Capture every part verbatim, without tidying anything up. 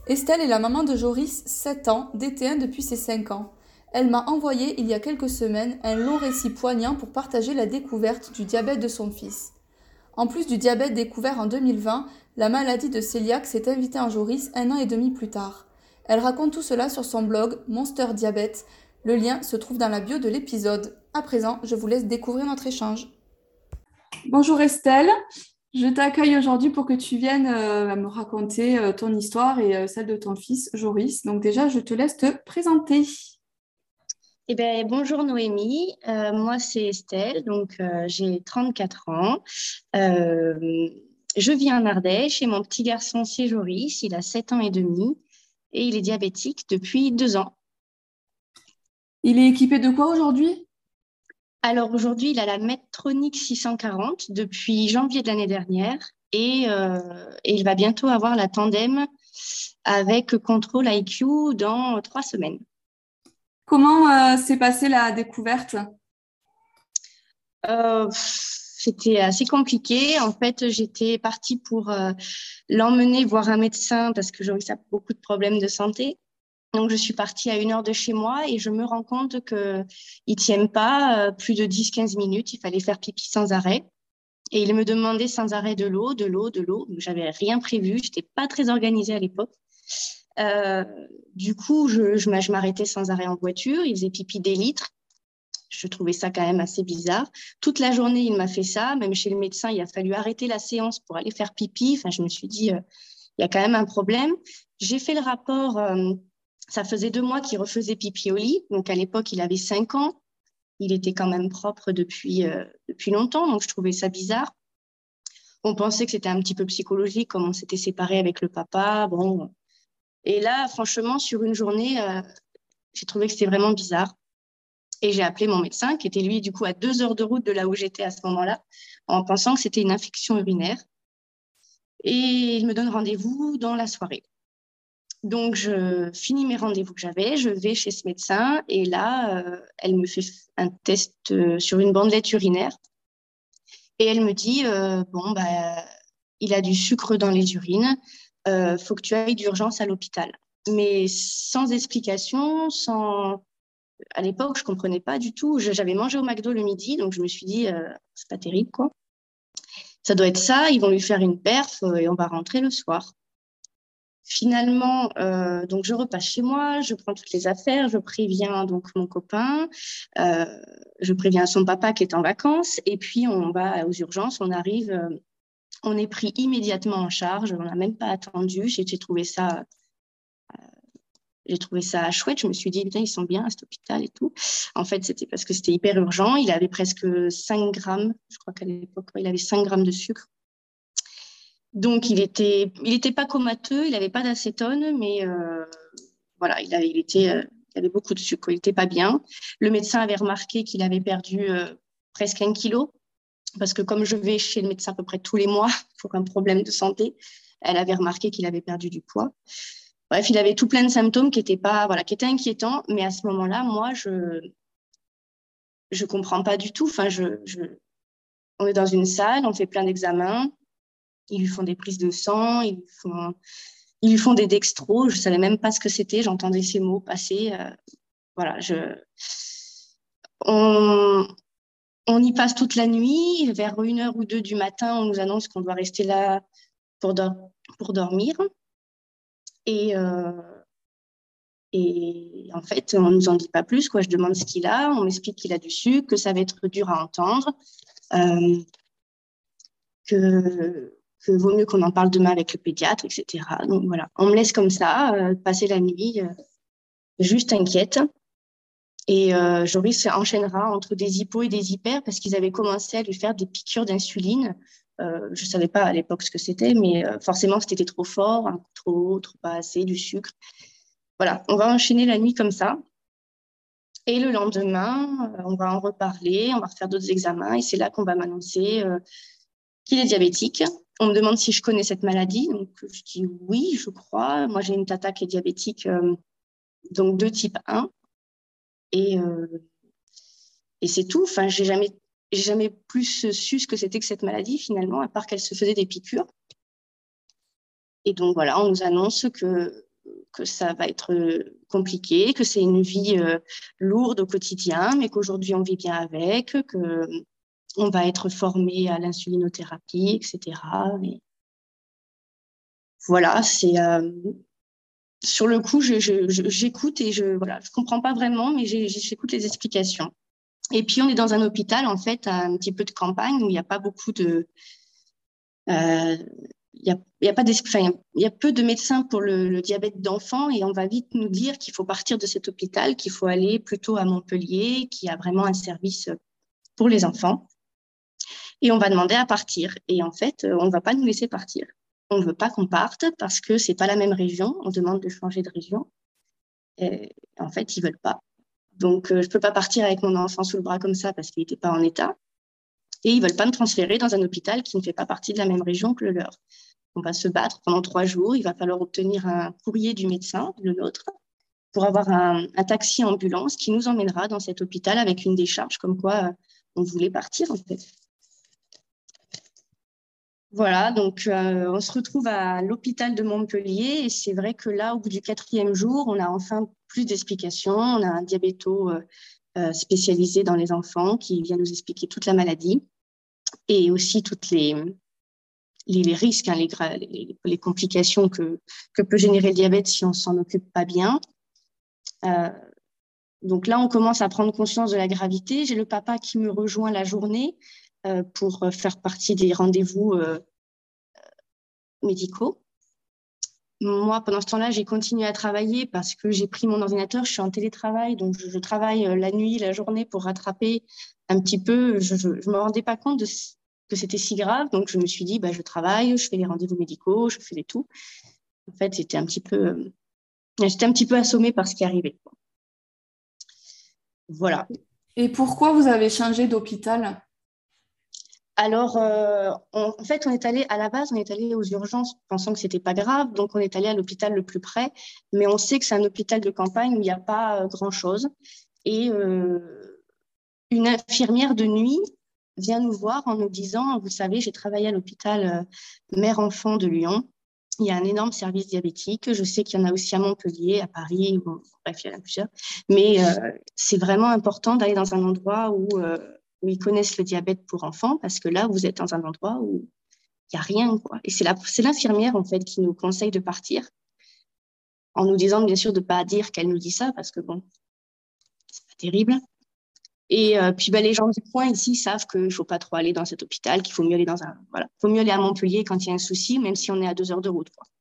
Estelle est la maman de Joris, sept ans, D T un depuis ses cinq ans. Elle m'a envoyé il y a quelques semaines un long récit poignant pour partager la découverte du diabète de son fils. En plus du diabète découvert en deux mille vingt, la maladie de cœliaque s'est invitée en Joris un an et demi plus tard. Elle raconte tout cela sur son blog Monster Diabète. Le lien se trouve dans la bio de l'épisode. À présent, je vous laisse découvrir notre échange. Bonjour Estelle, je t'accueille aujourd'hui pour que tu viennes euh, me raconter euh, ton histoire et euh, celle de ton fils Joris. Donc déjà, je te laisse te présenter. Eh ben, bonjour Noémie, Euh, moi c'est Estelle, donc euh, j'ai trente-quatre ans. Euh, je vis en Ardèche et mon petit garçon c'est Joris, il a sept ans et demi et il est diabétique depuis deux ans. Il est équipé de quoi aujourd'hui? Alors aujourd'hui il a la Medtronic six cent quarante depuis janvier de l'année dernière et, euh, et il va bientôt avoir la Tandem avec contrôle I Q dans trois semaines. Comment euh, s'est passée la découverte? Euh, C'était assez compliqué. En fait, j'étais partie pour euh, l'emmener voir un médecin parce que Joris a beaucoup de problèmes de santé. Donc, je suis partie à une heure de chez moi et je me rends compte qu'il ne tient pas euh, plus de dix quinze minutes. Il fallait faire pipi sans arrêt. Et il me demandait sans arrêt de l'eau, de l'eau, de l'eau. Donc, j'avais rien prévu. Je n'étais pas très organisée à l'époque. Euh, du coup, je, je m'arrêtais sans arrêt en voiture. Il faisait pipi des litres. Je trouvais ça quand même assez bizarre. Toute la journée, il m'a fait ça. Même chez le médecin, il a fallu arrêter la séance pour aller faire pipi. Enfin, je me suis dit, euh, il y a quand même un problème. J'ai fait le rapport. Euh, ça faisait deux mois qu'il refaisait pipi au lit. Donc, à l'époque, il avait cinq ans. Il était quand même propre depuis, euh, depuis longtemps. Donc, je trouvais ça bizarre. On pensait que c'était un petit peu psychologique, comme on s'était séparés avec le papa. Bon. Et là, franchement, sur une journée, euh, j'ai trouvé que c'était vraiment bizarre. Et j'ai appelé mon médecin, qui était lui, du coup, à deux heures de route de là où j'étais à ce moment-là, en pensant que c'était une infection urinaire. Et il me donne rendez-vous dans la soirée. Donc, je finis mes rendez-vous que j'avais, je vais chez ce médecin, et là, euh, elle me fait un test euh, sur une bandelette urinaire. Et elle me dit, euh, bon, bah, il a du sucre dans les urines, euh, faut que tu ailles d'urgence à l'hôpital. Mais sans explication, sans à l'époque, je comprenais pas du tout. J'avais mangé au McDo le midi, donc je me suis dit, euh, c'est pas terrible, quoi. Ça doit être ça, ils vont lui faire une perf euh, et on va rentrer le soir. Finalement, euh, donc je repasse chez moi, je prends toutes les affaires, je préviens donc mon copain, euh, je préviens son papa qui est en vacances, et puis on va aux urgences, on arrive, euh, on est pris immédiatement en charge, on n'a même pas attendu. J'ai trouvé ça J'ai trouvé ça chouette. Je me suis dit, putain, ils sont bien à cet hôpital et tout. En fait, c'était parce que c'était hyper urgent. Il avait presque cinq grammes. Je crois qu'à l'époque, il avait cinq grammes de sucre. Donc, il était, il était pas comateux. Il n'avait pas d'acétone, mais euh, voilà, il, avait, il, était, euh, il avait beaucoup de sucre. Il n'était pas bien. Le médecin avait remarqué qu'il avait perdu euh, presque un kilo. Parce que comme je vais chez le médecin à peu près tous les mois pour un problème de santé, elle avait remarqué qu'il avait perdu du poids. Bref, il avait tout plein de symptômes qui étaient pas, voilà, qui étaient inquiétants. Mais à ce moment-là, moi, je je comprends pas du tout. Enfin, je, je, on est dans une salle, on fait plein d'examens. Ils lui font des prises de sang, ils lui font, ils lui font des dextros. Je savais même pas ce que c'était. J'entendais ces mots passer. Euh, voilà, je, on, on y passe toute la nuit. Vers une heure ou deux du matin, on nous annonce qu'on doit rester là pour, do- pour dormir. Et euh, Et en fait, on ne nous en dit pas plus, quoi. Je demande ce qu'il a, on m'explique qu'il a du sucre, que ça va être dur à entendre, euh, que, que vaut mieux qu'on en parle demain avec le pédiatre, et cetera. Donc voilà, on me laisse comme ça, euh, passer la nuit, euh, juste inquiète. Et euh, Joris enchaînera entre des hypos et des hyper parce qu'ils avaient commencé à lui faire des piqûres d'insuline. Euh, je ne savais pas à l'époque ce que c'était, mais euh, forcément, c'était trop fort, hein, trop, trop pas assez, du sucre. Voilà, on va enchaîner la nuit comme ça. Et le lendemain, euh, on va en reparler, on va refaire d'autres examens et c'est là qu'on va m'annoncer euh, qu'il est diabétique. On me demande si je connais cette maladie. Donc, je dis oui, je crois. Moi, j'ai une tata qui est diabétique, euh, donc de type un. Et, euh, et c'est tout. Enfin, j'ai jamais, j'ai jamais plus su ce que c'était que cette maladie finalement, à part qu'elle se faisait des piqûres. Et donc, voilà, on nous annonce que que ça va être compliqué, que c'est une vie euh, lourde au quotidien, mais qu'aujourd'hui on vit bien avec, qu'on va être formé à l'insulinothérapie, et cetera. Mais voilà, c'est euh, sur le coup, je, je, je, j'écoute et je voilà, je comprends pas vraiment, mais j'écoute les explications. Et puis on est dans un hôpital en fait, un petit peu de campagne où il n'y a pas beaucoup de euh, il y a, il y a pas enfin, il y a peu de médecins pour le, le diabète d'enfant et on va vite nous dire qu'il faut partir de cet hôpital, qu'il faut aller plutôt à Montpellier, qui a vraiment un service pour les enfants. Et on va demander à partir. Et en fait, on ne va pas nous laisser partir. On ne veut pas qu'on parte parce que c'est pas la même région. On demande de changer de région. Et en fait, ils veulent pas. Donc, euh, je peux pas partir avec mon enfant sous le bras comme ça parce qu'il n'était pas en état. Et ils veulent pas me transférer dans un hôpital qui ne fait pas partie de la même région que le leur. On va se battre pendant trois jours. Il va falloir obtenir un courrier du médecin, le nôtre, pour avoir un, un taxi ambulance qui nous emmènera dans cet hôpital avec une décharge comme quoi euh, on voulait partir en fait. Voilà, donc euh, on se retrouve à l'hôpital de Montpellier et c'est vrai que là, au bout du quatrième jour, on a enfin plus d'explications. On a un diabéto euh, euh, spécialisé dans les enfants qui vient nous expliquer toute la maladie et aussi toutes les, les, les risques, hein, les, les, les complications que, que peut générer le diabète si on ne s'en occupe pas bien. Euh, donc là, on commence à prendre conscience de la gravité. J'ai le papa qui me rejoint la journée euh, pour faire partie des rendez-vous euh, médicaux. Moi, pendant ce temps-là, j'ai continué à travailler parce que j'ai pris mon ordinateur, je suis en télétravail, donc je, je travaille la nuit, la journée pour rattraper un petit peu. Je ne me rendais pas compte de, que c'était si grave, donc je me suis dit, bah, je travaille, je fais les rendez-vous médicaux, je fais les tout. En fait, j'étais un petit peu, euh, j'étais un petit peu assommée par ce qui arrivait. Voilà. Et pourquoi vous avez changé d'hôpital? Alors, euh, on, en fait, on est allé à la base, on est allé aux urgences pensant que c'était pas grave, donc on est allé à l'hôpital le plus près, mais on sait que c'est un hôpital de campagne où il n'y a pas euh, grand-chose. Et euh, une infirmière de nuit vient nous voir en nous disant, vous savez, j'ai travaillé à l'hôpital euh, mère-enfant de Lyon. Il y a un énorme service diabétique. Je sais qu'il y en a aussi à Montpellier, à Paris, bon, bref, il y en a plusieurs. Mais euh, c'est vraiment important d'aller dans un endroit où euh, où ils connaissent le diabète pour enfants, parce que là, vous êtes dans un endroit où il n'y a rien, quoi. Et c'est la, c'est l'infirmière, en fait, qui nous conseille de partir, en nous disant, bien sûr, de ne pas dire qu'elle nous dit ça, parce que, bon, c'est pas terrible. Et euh, puis, ben, les gens du coin, ici, savent qu'il ne faut pas trop aller dans cet hôpital, qu'il faut mieux aller dans un... Voilà, il faut mieux aller à Montpellier quand il y a un souci, même si on est à deux heures de route, quoi.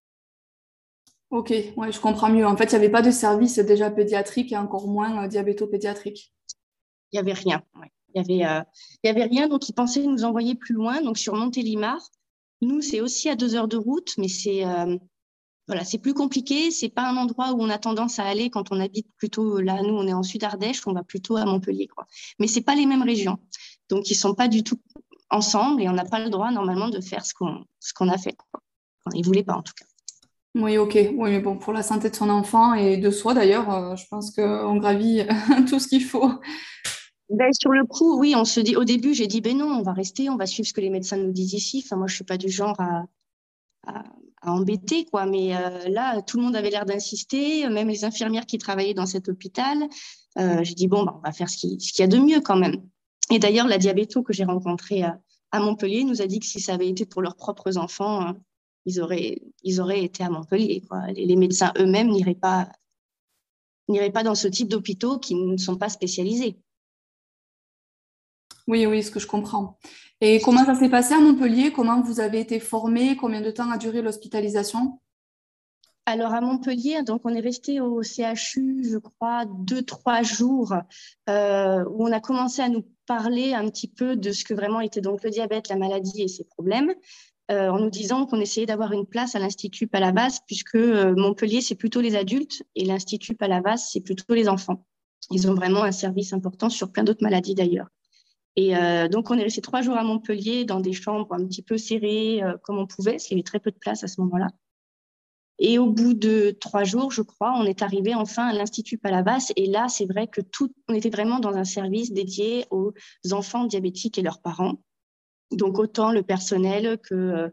Ok, ouais, je comprends mieux. En fait, il n'y avait pas de service déjà pédiatrique et encore moins euh, diabéto-pédiatrique. Il n'y avait rien, ouais. Il y avait, euh, il y avait rien, donc ils pensaient nous envoyer plus loin, donc sur Montélimar. Nous, c'est aussi à deux heures de route, mais c'est euh, voilà, c'est plus compliqué. C'est pas un endroit où on a tendance à aller quand on habite plutôt là. Nous, on est en Sud-Ardèche, on va plutôt à Montpellier, quoi. Mais c'est pas les mêmes régions, donc ils sont pas du tout ensemble et on n'a pas le droit normalement de faire ce qu'on ce qu'on a fait, quoi. Enfin, ils voulaient pas en tout cas. Oui, ok. Oui, mais bon, pour la santé de son enfant et de soi d'ailleurs, euh, je pense qu'on gravit tout ce qu'il faut. Ben, sur le coup, oui, on se dit, au début, j'ai dit, ben non, on va rester, on va suivre ce que les médecins nous disent ici. Enfin, moi, je suis pas du genre à, à, à embêter, quoi. Mais euh, là, tout le monde avait l'air d'insister, même les infirmières qui travaillaient dans cet hôpital. Euh, j'ai dit, bon, ben, on va faire ce qu'il ce qu'il y a de mieux quand même. Et d'ailleurs, la diabéto que j'ai rencontrée à, à Montpellier nous a dit que si ça avait été pour leurs propres enfants, euh, ils, auraient, ils auraient été à Montpellier, quoi. Les, les médecins eux-mêmes n'iraient pas, n'iraient pas dans ce type d'hôpitaux qui ne sont pas spécialisés. Oui, oui, ce que je comprends. Et comment ça s'est passé à Montpellier? Comment vous avez été formé? Combien de temps a duré l'hospitalisation? Alors à Montpellier, donc on est resté au C H U, je crois, deux, trois jours, euh, où on a commencé à nous parler un petit peu de ce que vraiment était donc le diabète, la maladie et ses problèmes, euh, en nous disant qu'on essayait d'avoir une place à l'Institut Palavas, puisque euh, Montpellier, c'est plutôt les adultes et l'Institut Palavas, c'est plutôt les enfants. Ils ont vraiment un service important sur plein d'autres maladies d'ailleurs. Et euh, donc, on est resté trois jours à Montpellier dans des chambres un petit peu serrées, euh, comme on pouvait, parce qu'il y avait très peu de place à ce moment-là. Et au bout de trois jours, je crois, on est arrivé enfin à l'Institut Palavas. Et là, c'est vrai que tout, on était vraiment dans un service dédié aux enfants diabétiques et leurs parents. Donc, autant le personnel que,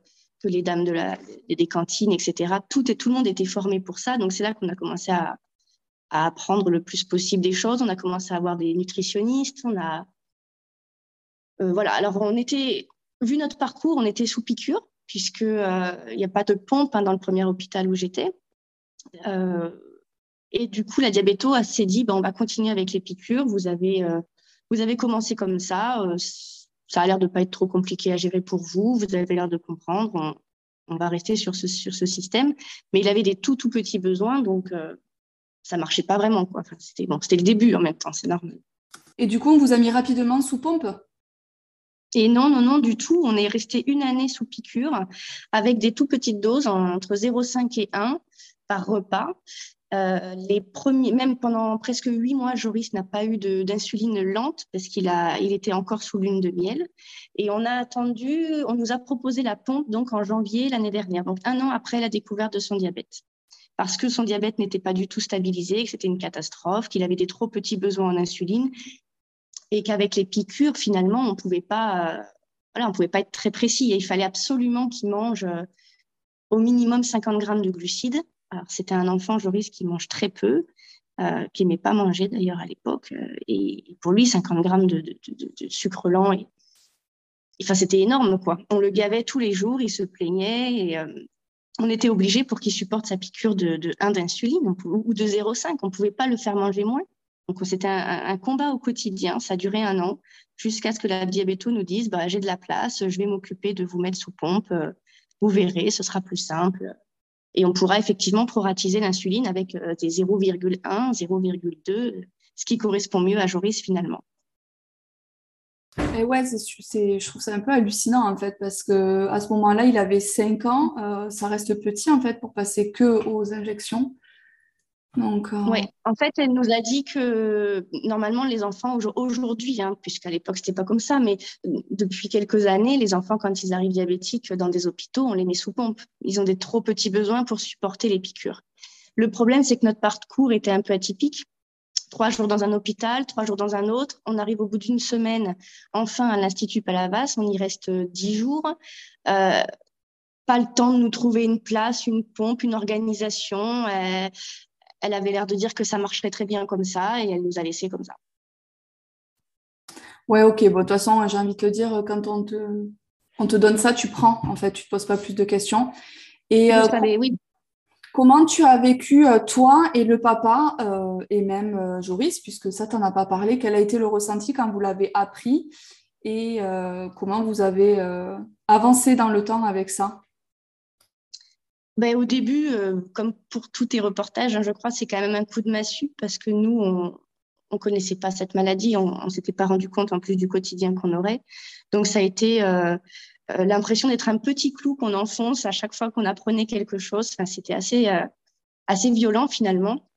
que les dames de la, des cantines, et cetera. Tout, et, tout le monde était formé pour ça. Donc, c'est là qu'on a commencé à, à apprendre le plus possible des choses. On a commencé à avoir des nutritionnistes. On a, euh, voilà. Alors, on était, vu notre parcours, on était sous piqûre, puisqu'il n'y a pas de pompe hein, dans le premier hôpital où j'étais. Euh, et du coup, la diabéto s'est dit, ben, on va continuer avec les piqûres. Vous avez, euh, vous avez commencé comme ça. Euh, ça a l'air de pas être trop compliqué à gérer pour vous. Vous avez l'air de comprendre. On, on va rester sur ce, sur ce système. Mais il avait des tout, tout petits besoins. Donc, euh, ça marchait pas vraiment, quoi. Enfin, c'était, bon, c'était le début en même temps. C'est normal. Et du coup, on vous a mis rapidement sous pompe? Et non, non, non, du tout. On est resté une année sous piqûre avec des tout petites doses entre zéro virgule cinq et un par repas. Euh, les premiers, même pendant presque huit mois, Joris n'a pas eu de, d'insuline lente parce qu'il a, il était encore sous lune de miel. Et on a attendu, on nous a proposé la pompe donc en janvier l'année dernière, donc un an après la découverte de son diabète. Parce que son diabète n'était pas du tout stabilisé, que c'était une catastrophe, qu'il avait des trop petits besoins en insuline et qu'avec les piqûres, finalement, on pouvait pas, euh, voilà, on pouvait pas être très précis. Et il fallait absolument qu'il mange euh, au minimum cinquante grammes de glucides. Alors, c'était un enfant, Joris, qui mange très peu, euh, qui n'aimait pas manger d'ailleurs à l'époque. Euh, et pour lui, cinquante grammes de, de, de, de sucre lent, et, enfin, c'était énorme, quoi. On le gavait tous les jours, il se plaignait et euh, on était obligé pour qu'il supporte sa piqûre de, de un d'insuline ou de zéro virgule cinq. On ne pouvait pas le faire manger moins. Donc, c'était un, un combat au quotidien. Ça a duré un an jusqu'à ce que la diabéto nous dise bah, j'ai de la place, je vais m'occuper de vous mettre sous pompe. Euh, vous verrez, ce sera plus simple. Et on pourra effectivement proratiser l'insuline avec euh, des zéro virgule un, zéro virgule deux, ce qui correspond mieux à Joris finalement. Et ouais, c'est, c'est, je trouve ça un peu hallucinant en fait, parce que à ce moment-là, il avait cinq ans, euh, ça reste petit en fait pour passer que aux injections. Donc, euh, Oui, en fait, elle nous a dit que normalement, les enfants aujourd'hui, hein, puisqu'à l'époque, c'était pas comme ça, mais depuis quelques années, les enfants, quand ils arrivent diabétiques dans des hôpitaux, on les met sous pompe. Ils ont des trop petits besoins pour supporter les piqûres. Le problème, c'est que notre parcours était un peu atypique. Trois jours dans un hôpital, trois jours dans un autre. On arrive au bout d'une semaine, enfin, à l'Institut Palavas. On y reste dix jours. Euh, pas le temps de nous trouver une place, une pompe, une organisation. Euh, elle avait l'air de dire que ça marcherait très bien comme ça et elle nous a laissés comme ça. ouais, ok, bon, de toute façon, j'ai envie de te dire, quand on te, on te donne ça, tu prends, en fait, tu te poses pas plus de questions. Et Je euh, savais, oui. comment tu as vécu, euh, toi et le papa, euh, et même euh, Joris, puisque ça, tu n'en as pas parlé, quel a été le ressenti quand vous l'avez appris et euh, comment vous avez euh, avancé dans le temps avec ça? Ben, au début, euh, comme pour tous tes reportages, hein, je crois, c'est quand même un coup de massue parce que nous, on on connaissait pas cette maladie, on ne s'était pas rendu compte en plus du quotidien qu'on aurait. Donc, ça a été euh, euh, l'impression d'être un petit clou qu'on enfonce à chaque fois qu'on apprenait quelque chose. Enfin, c'était assez, euh, assez violent finalement.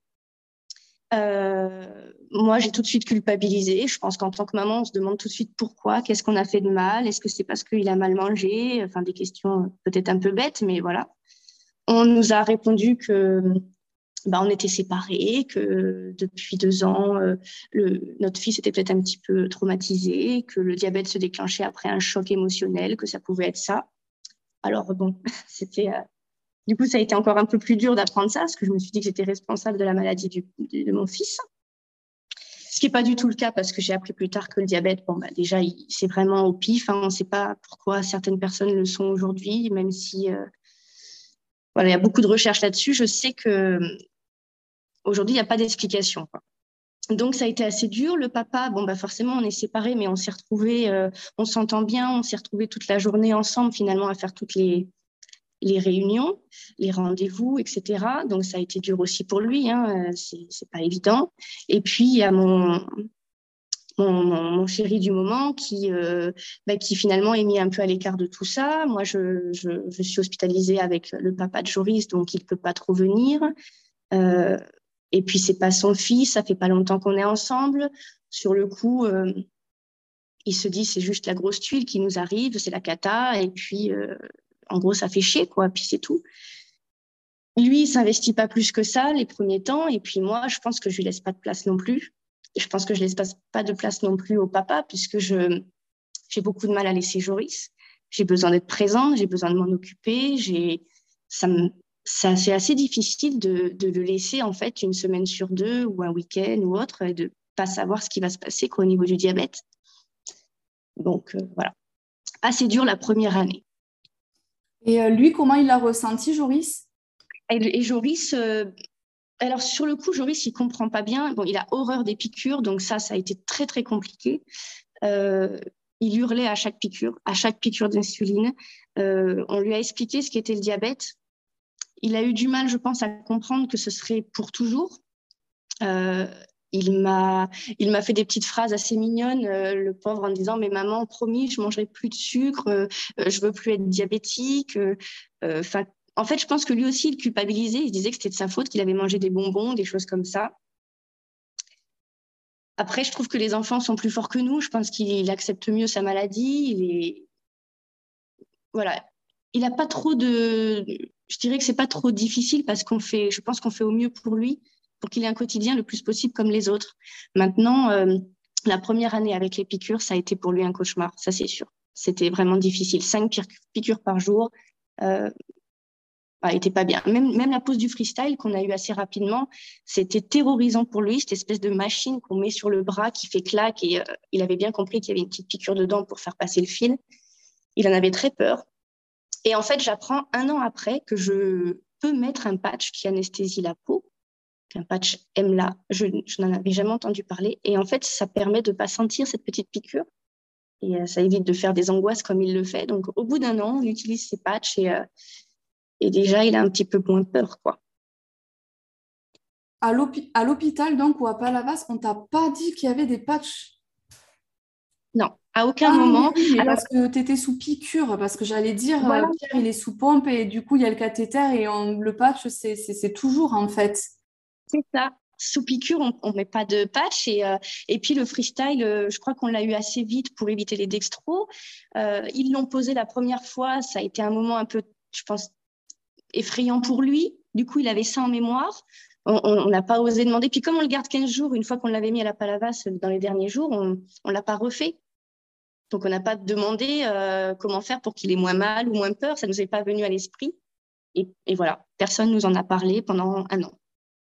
Euh, moi, j'ai tout de suite culpabilisé. Je pense qu'en tant que maman, on se demande tout de suite pourquoi, qu'est-ce qu'on a fait de mal, est-ce que c'est parce qu'il a mal mangé? Enfin, des questions peut-être un peu bêtes, mais voilà. On nous a répondu que bah, on était séparés, que depuis deux ans, euh, le, notre fils était peut-être un petit peu traumatisé, que le diabète se déclenchait après un choc émotionnel, que ça pouvait être ça. Alors bon, c'était euh, du coup ça a été encore un peu plus dur d'apprendre ça, parce que je me suis dit que j'étais responsable de la maladie du, de, de mon fils. Ce qui n'est pas du tout le cas, parce que j'ai appris plus tard que le diabète, bon, bah, déjà, il, c'est vraiment au pif. Hein, on ne sait pas pourquoi certaines personnes le sont aujourd'hui, même si euh, voilà, il y a beaucoup de recherches là-dessus. Je sais que aujourd'hui, il n'y a pas d'explication, quoi. Donc, ça a été assez dur. Le papa, bon, bah, forcément, on est séparés, mais on s'est retrouvés, euh, on s'entend bien, on s'est retrouvés toute la journée ensemble, finalement, à faire toutes les, les réunions, les rendez-vous, et cetera. Donc, ça a été dur aussi pour lui, hein, c'est, c'est pas évident. Et puis, il y a mon, mon, mon, mon chéri du moment qui, euh, bah, qui finalement est mis un peu à l'écart de tout ça. Moi, je, je, je suis hospitalisée avec le papa de Joris, donc il peut pas trop venir. Euh, et puis, c'est pas son fils, ça fait pas longtemps qu'on est ensemble. Sur le coup, euh, il se dit, c'est juste la grosse tuile qui nous arrive, c'est la cata, et puis, euh, en gros, ça fait chier, quoi, puis c'est tout. Lui, il s'investit pas plus que ça les premiers temps, et puis moi, je pense que je lui laisse pas de place non plus. Je pense que je laisse pas, pas de place non plus au papa, puisque je, j'ai beaucoup de mal à laisser Joris. j'ai besoin d'être présente, j'ai besoin de m'en occuper. J'ai, ça me, ça, c'est assez difficile de, de le laisser en fait une semaine sur deux ou un week-end ou autre et de pas savoir ce qui va se passer quoi, au niveau du diabète. Donc euh, voilà, assez dur la première année. Et euh, lui, comment il l'a ressenti, Joris? Et, et Joris, euh, alors sur le coup, Joris, il comprend pas bien. Bon, il a horreur des piqûres, donc ça, ça a été très très compliqué. Euh, il hurlait à chaque piqûre, à chaque piqûre d'insuline. Euh, on lui a expliqué ce qu'était le diabète. Il a eu du mal, je pense, à comprendre que ce serait pour toujours. Euh, il m'a, il m'a fait des petites phrases assez mignonnes, euh, le pauvre, en disant, mais maman, promis, je mangerai plus de sucre, euh, je veux plus être diabétique. Euh, euh, en fait, je pense que lui aussi, il culpabilisait. Il disait que c'était de sa faute, qu'il avait mangé des bonbons, des choses comme ça. Après, je trouve que les enfants sont plus forts que nous. Je pense qu'il accepte mieux sa maladie. Il est, voilà, il a pas trop de, je dirais que c'est pas trop difficile parce qu'on fait, je pense qu'on fait au mieux pour lui, pour qu'il ait un quotidien le plus possible comme les autres. Maintenant, euh, la première année avec les piqûres, ça a été pour lui un cauchemar, ça c'est sûr. C'était vraiment difficile. Cinq piqûres par jour, euh, bah, était pas bien. Même, même la pause du freestyle qu'on a eu assez rapidement, c'était terrorisant pour lui, cette espèce de machine qu'on met sur le bras qui fait clac et euh, il avait bien compris qu'il y avait une petite piqûre dedans pour faire passer le fil. Il en avait très peur. Et en fait, j'apprends un an après que je peux mettre un patch qui anesthésie la peau, un patch M L A. Je, je n'en avais jamais entendu parler. Et en fait, ça permet de ne pas sentir cette petite piqûre. Et euh, ça évite de faire des angoisses comme il le fait. Donc, au bout d'un an, on utilise ces patchs et, euh, et déjà, il a un petit peu moins peur, quoi. À l'hôpi- à l'hôpital, donc, ou à Palavas, on t'a pas dit qu'il y avait des patchs? Non, à aucun Ah oui, moment. oui, mais Alors, parce que tu étais sous piqûre, parce que j'allais dire, euh, voilà, Pierre, il est sous pompe et du coup, il y a le cathéter et on- le patch, c'est c'est- c'est toujours en fait. c'est ça. Sous piqûre, on ne met pas de patch. Et, euh, et puis, le freestyle, euh, je crois qu'on l'a eu assez vite pour éviter les dextros. Euh, ils l'ont posé la première fois. Ça a été un moment un peu, je pense, effrayant pour lui. Du coup, il avait ça en mémoire. On n'a pas osé demander. Puis comme on le garde quinze jours, une fois qu'on l'avait mis à la palavas dans les derniers jours, on ne l'a pas refait. Donc, on n'a pas demandé euh, comment faire pour qu'il ait moins mal ou moins peur. Ça ne nous est pas venu à l'esprit. Et, et voilà, personne ne nous en a parlé pendant un an.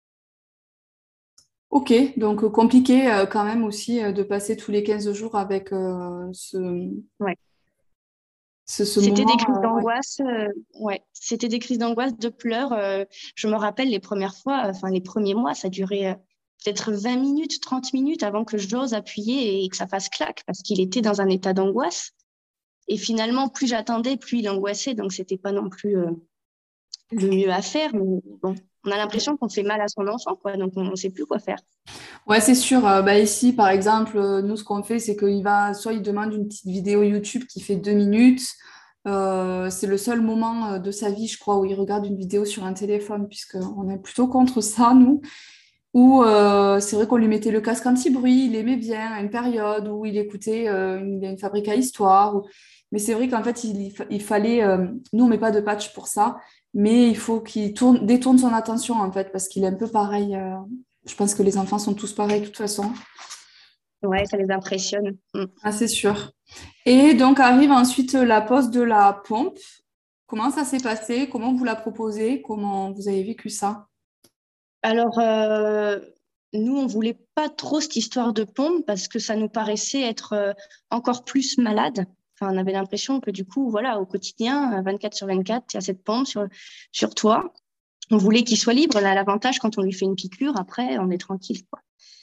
Ok, donc euh, compliqué euh, quand même aussi euh, de passer tous les quinze jours avec euh, ce, Ouais. ce, ce C'était moment. des crises euh, ouais. d'angoisse. Euh, ouais, c'était des crises d'angoisse, de pleurs. Euh, je me rappelle les premières fois, enfin les premiers mois, ça durait euh, peut-être vingt minutes, trente minutes avant que j'ose appuyer et que ça fasse clac parce qu'il était dans un état d'angoisse. Et finalement, plus j'attendais, plus il angoissait. Donc, c'était pas non plus euh, le mieux à faire. Mais bon, on a l'impression qu'on fait mal à son enfant, quoi. Donc, on ne sait plus quoi faire. Ouais, c'est sûr. Euh, bah, ici, par exemple, euh, nous, ce qu'on fait, c'est qu'il va, soit il demande une petite vidéo YouTube qui fait deux minutes. Euh, c'est le seul moment euh, de sa vie, je crois, où il regarde une vidéo sur un téléphone, puisqu'on est plutôt contre ça, nous. Ou euh, c'est vrai qu'on lui mettait le casque anti-bruit, il aimait bien, à une période où il écoutait euh, une, une fabrique à histoire. ou- Mais c'est vrai qu'en fait, il, il fa- il fallait. Euh, nous, on met pas de patch pour ça, mais il faut qu'il tourne, détourne son attention, en fait, parce qu'il est un peu pareil. euh, Je pense que les enfants sont tous pareils, de toute façon. Ouais, ça les impressionne. Mm. Ah, c'est sûr. Et donc arrive ensuite la pose de la pompe. Comment ça s'est passé? Comment vous la proposez? Comment vous avez vécu ça? Alors, euh, nous, on voulait pas trop cette histoire de pompe parce que ça nous paraissait être euh, encore plus malade. Enfin, on avait l'impression que du coup, voilà, au quotidien, vingt-quatre sur vingt-quatre, il y a cette pompe sur, sur toi. On voulait qu'il soit libre. Là, l'avantage, quand on lui fait une piqûre, après, on est tranquille, quoi.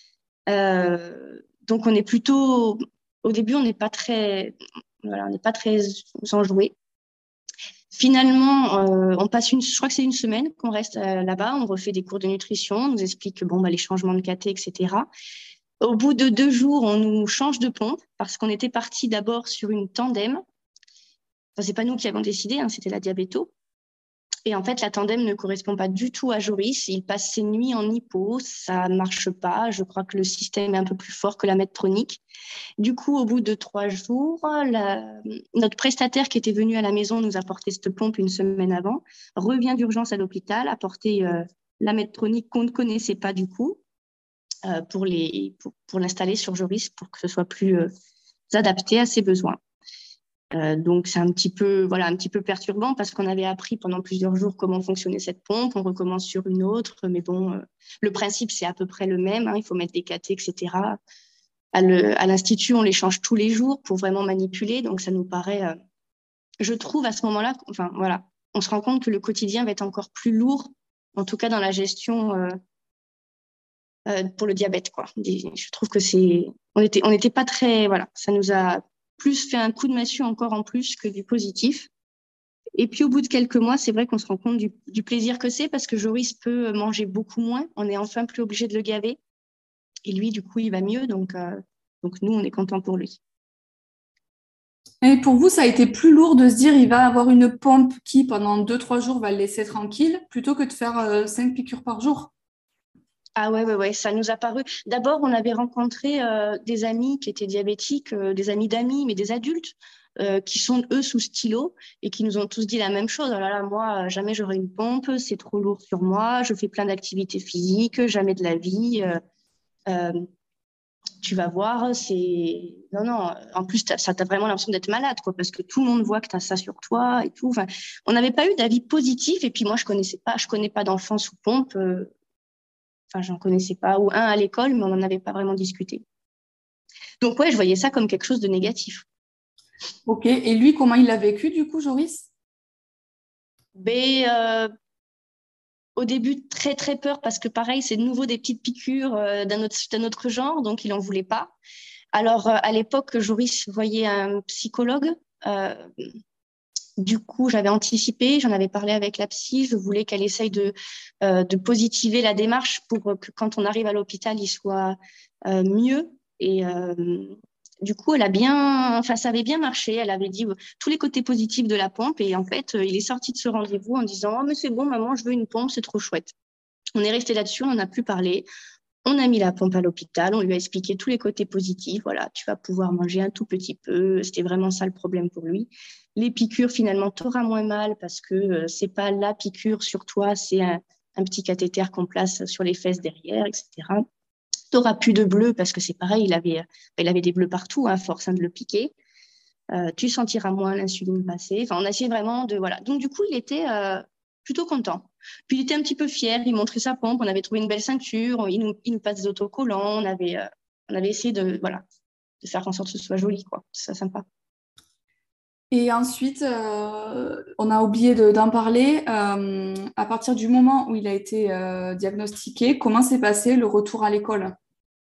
Euh, donc, on est plutôt, au début, on n'est pas très, voilà, on n'est pas très enjoué. Finalement, euh, on passe une, je crois que c'est une semaine qu'on reste euh, là-bas. On refait des cours de nutrition, on nous explique bon, bah, les changements de caté, et cetera. Au bout de deux jours, on nous change de pompe parce qu'on était parti d'abord sur une tandem. Enfin, c'est pas nous qui avons décidé, hein, c'était la diabéto. Et en fait, la tandem ne correspond pas du tout à Joris. Il passe ses nuits en hypo, ça marche pas. Je crois que le système est un peu plus fort que la Medtronic. Du coup, au bout de trois jours, la... notre prestataire qui était venu à la maison nous a porté cette pompe une semaine avant, revient d'urgence à l'hôpital, a porté euh, la Medtronic qu'on ne connaissait pas du coup euh, pour, les... pour, pour l'installer sur Joris pour que ce soit plus euh, adapté à ses besoins. Euh, donc, c'est un petit peu, voilà, un petit peu perturbant parce qu'on avait appris pendant plusieurs jours comment fonctionnait cette pompe. On recommence sur une autre, mais bon, euh, le principe, c'est à peu près le même, hein. Il faut mettre des cathéters, et cetera. À, le, à l'Institut, on les change tous les jours pour vraiment manipuler. Donc, ça nous paraît, euh, je trouve, à ce moment-là, enfin, voilà, on se rend compte que le quotidien va être encore plus lourd, en tout cas dans la gestion euh, euh, pour le diabète, quoi. Je trouve que c'est, on était, on n'était pas très, voilà, ça nous a plus fait un coup de massue encore en plus que du positif. Et puis au bout de quelques mois, c'est vrai qu'on se rend compte du, du plaisir que c'est parce que Joris peut manger beaucoup moins. On est enfin plus obligé de le gaver. Et lui, du coup, il va mieux. Donc, euh, donc nous, on est content pour lui. Et pour vous, ça a été plus lourd de se dire il va avoir une pompe qui, pendant deux trois jours, va le laisser tranquille, plutôt que de faire euh, cinq piqûres par jour? Ah ouais, ouais, ouais, ça nous a paru. D'abord, on avait rencontré euh, des amis qui étaient diabétiques, euh, des amis d'amis, mais des adultes euh, qui sont eux sous stylo et qui nous ont tous dit la même chose. Oh là là, moi, euh, jamais j'aurai une pompe, c'est trop lourd sur moi. Je fais plein d'activités physiques, jamais de la vie. Euh, euh, tu vas voir, c'est non, non. En plus, t'as- ça t'a vraiment l'impression d'être malade, quoi, parce que tout le monde voit que tu as ça sur toi et tout. Enfin, on n'avait pas eu d'avis positif. Et puis moi, je connaissais pas, je connais pas d'enfants sous pompe. euh, Enfin, j'en connaissais pas, ou un à l'école, mais on n'en avait pas vraiment discuté. Donc, ouais, je voyais ça comme quelque chose de négatif. Ok. Et lui, comment il l'a vécu, du coup, Joris? Mais euh, au début, très, très peur, parce que pareil, c'est de nouveau des petites piqûres euh, d'un autre, d'un autre genre, donc il n'en voulait pas. Alors, euh, à l'époque, Joris voyait un psychologue. Euh, du coup, j'avais anticipé, j'en avais parlé avec la psy, je voulais qu'elle essaye de, euh, de positiver la démarche pour que quand on arrive à l'hôpital, il soit euh, mieux. Et euh, du coup, elle a bien, enfin, ça avait bien marché. Elle avait dit euh, tous les côtés positifs de la pompe. Et en fait, euh, il est sorti de ce rendez-vous en disant, oh, mais c'est bon, maman, je veux une pompe, c'est trop chouette. On est resté là-dessus, on n'a plus parlé. On a mis la pompe à l'hôpital, on lui a expliqué tous les côtés positifs. Voilà, tu vas pouvoir manger un tout petit peu. C'était vraiment ça le problème pour lui. Les piqûres, finalement, tu auras moins mal parce que euh, c'est pas la piqûre sur toi, c'est un, un petit cathéter qu'on place sur les fesses derrière, et cetera. Tu n'auras plus de bleus parce que c'est pareil, il avait, il avait des bleus partout, à hein, force hein, de le piquer. Euh, tu sentiras moins l'insuline passer. Enfin, on a essayé vraiment de. Voilà. Donc, du coup, il était euh, plutôt content. Puis, il était un petit peu fier. Il montrait sa pompe. On avait trouvé une belle ceinture. Il nous, il nous passe des autocollants. On avait, euh, on avait essayé de, voilà, de faire en sorte que ce soit joli, quoi. C'est sympa. Et ensuite, euh, on a oublié de- d'en parler. Euh, à partir du moment où il a été euh, diagnostiqué, comment s'est passé le retour à l'école?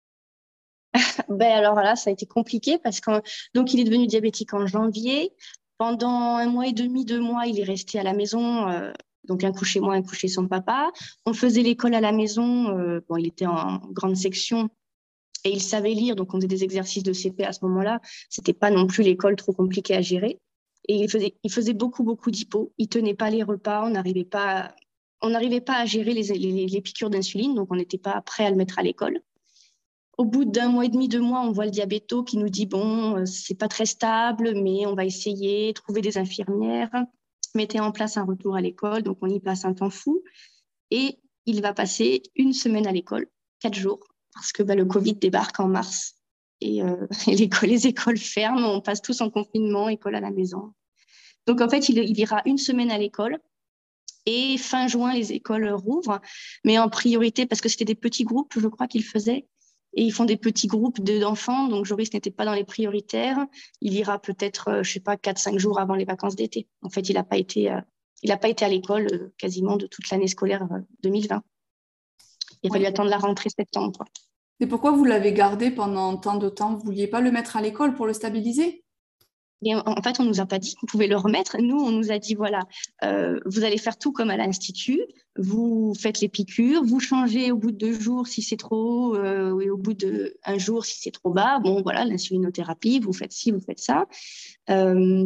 Ben alors là, ça a été compliqué parce que donc il est devenu diabétique en janvier. Pendant un mois et demi, deux mois, il est resté à la maison. Euh, donc un coup chez moi, un coup chez son papa. On faisait l'école à la maison. Euh, bon, il était en grande section et il savait lire, donc on faisait des exercices de C P à ce moment-là. C'était pas non plus l'école trop compliquée à gérer. Et il faisait, il faisait beaucoup, beaucoup d'hypo. Il tenait pas les repas. On n'arrivait pas, on n'arrivait pas à gérer les, les, les piqûres d'insuline, donc on n'était pas prêt à le mettre à l'école. Au bout d'un mois et demi, deux mois, on voit le diabéto qui nous dit, bon, euh, c'est pas très stable, mais on va essayer, trouver des infirmières, mettez en place un retour à l'école. Donc, on y passe un temps fou. Et il va passer une semaine à l'école, quatre jours, parce que bah, le Covid débarque en mars. Et, euh, et l'école, les écoles ferment, on passe tous en confinement, école à la maison. Donc, en fait, il, il ira une semaine à l'école. Et fin juin, les écoles rouvrent, mais en priorité, parce que c'était des petits groupes, je crois qu'ils faisaient. Et ils font des petits groupes de- d'enfants, donc Joris n'était pas dans les prioritaires. Il ira peut-être, euh, je sais pas, quatre, cinq jours avant les vacances d'été. En fait, il n'a pas été, euh, il a pas été à l'école euh, quasiment de toute l'année scolaire euh, deux mille vingt. Il a fallu Oui. attendre la rentrée septembre, quoi. Et pourquoi vous l'avez gardé pendant tant de temps? Vous vouliez pas le mettre à l'école pour le stabiliser? Et en en fait, on nous a pas dit qu'on pouvait le remettre. Nous, on nous a dit, voilà, euh, vous allez faire tout comme à l'Institut. Vous faites les piqûres, vous changez au bout de deux jours si c'est trop haut, euh, et au bout d'un jour si c'est trop bas. Bon, voilà, l'insulinothérapie, vous faites ci, vous faites ça. Euh,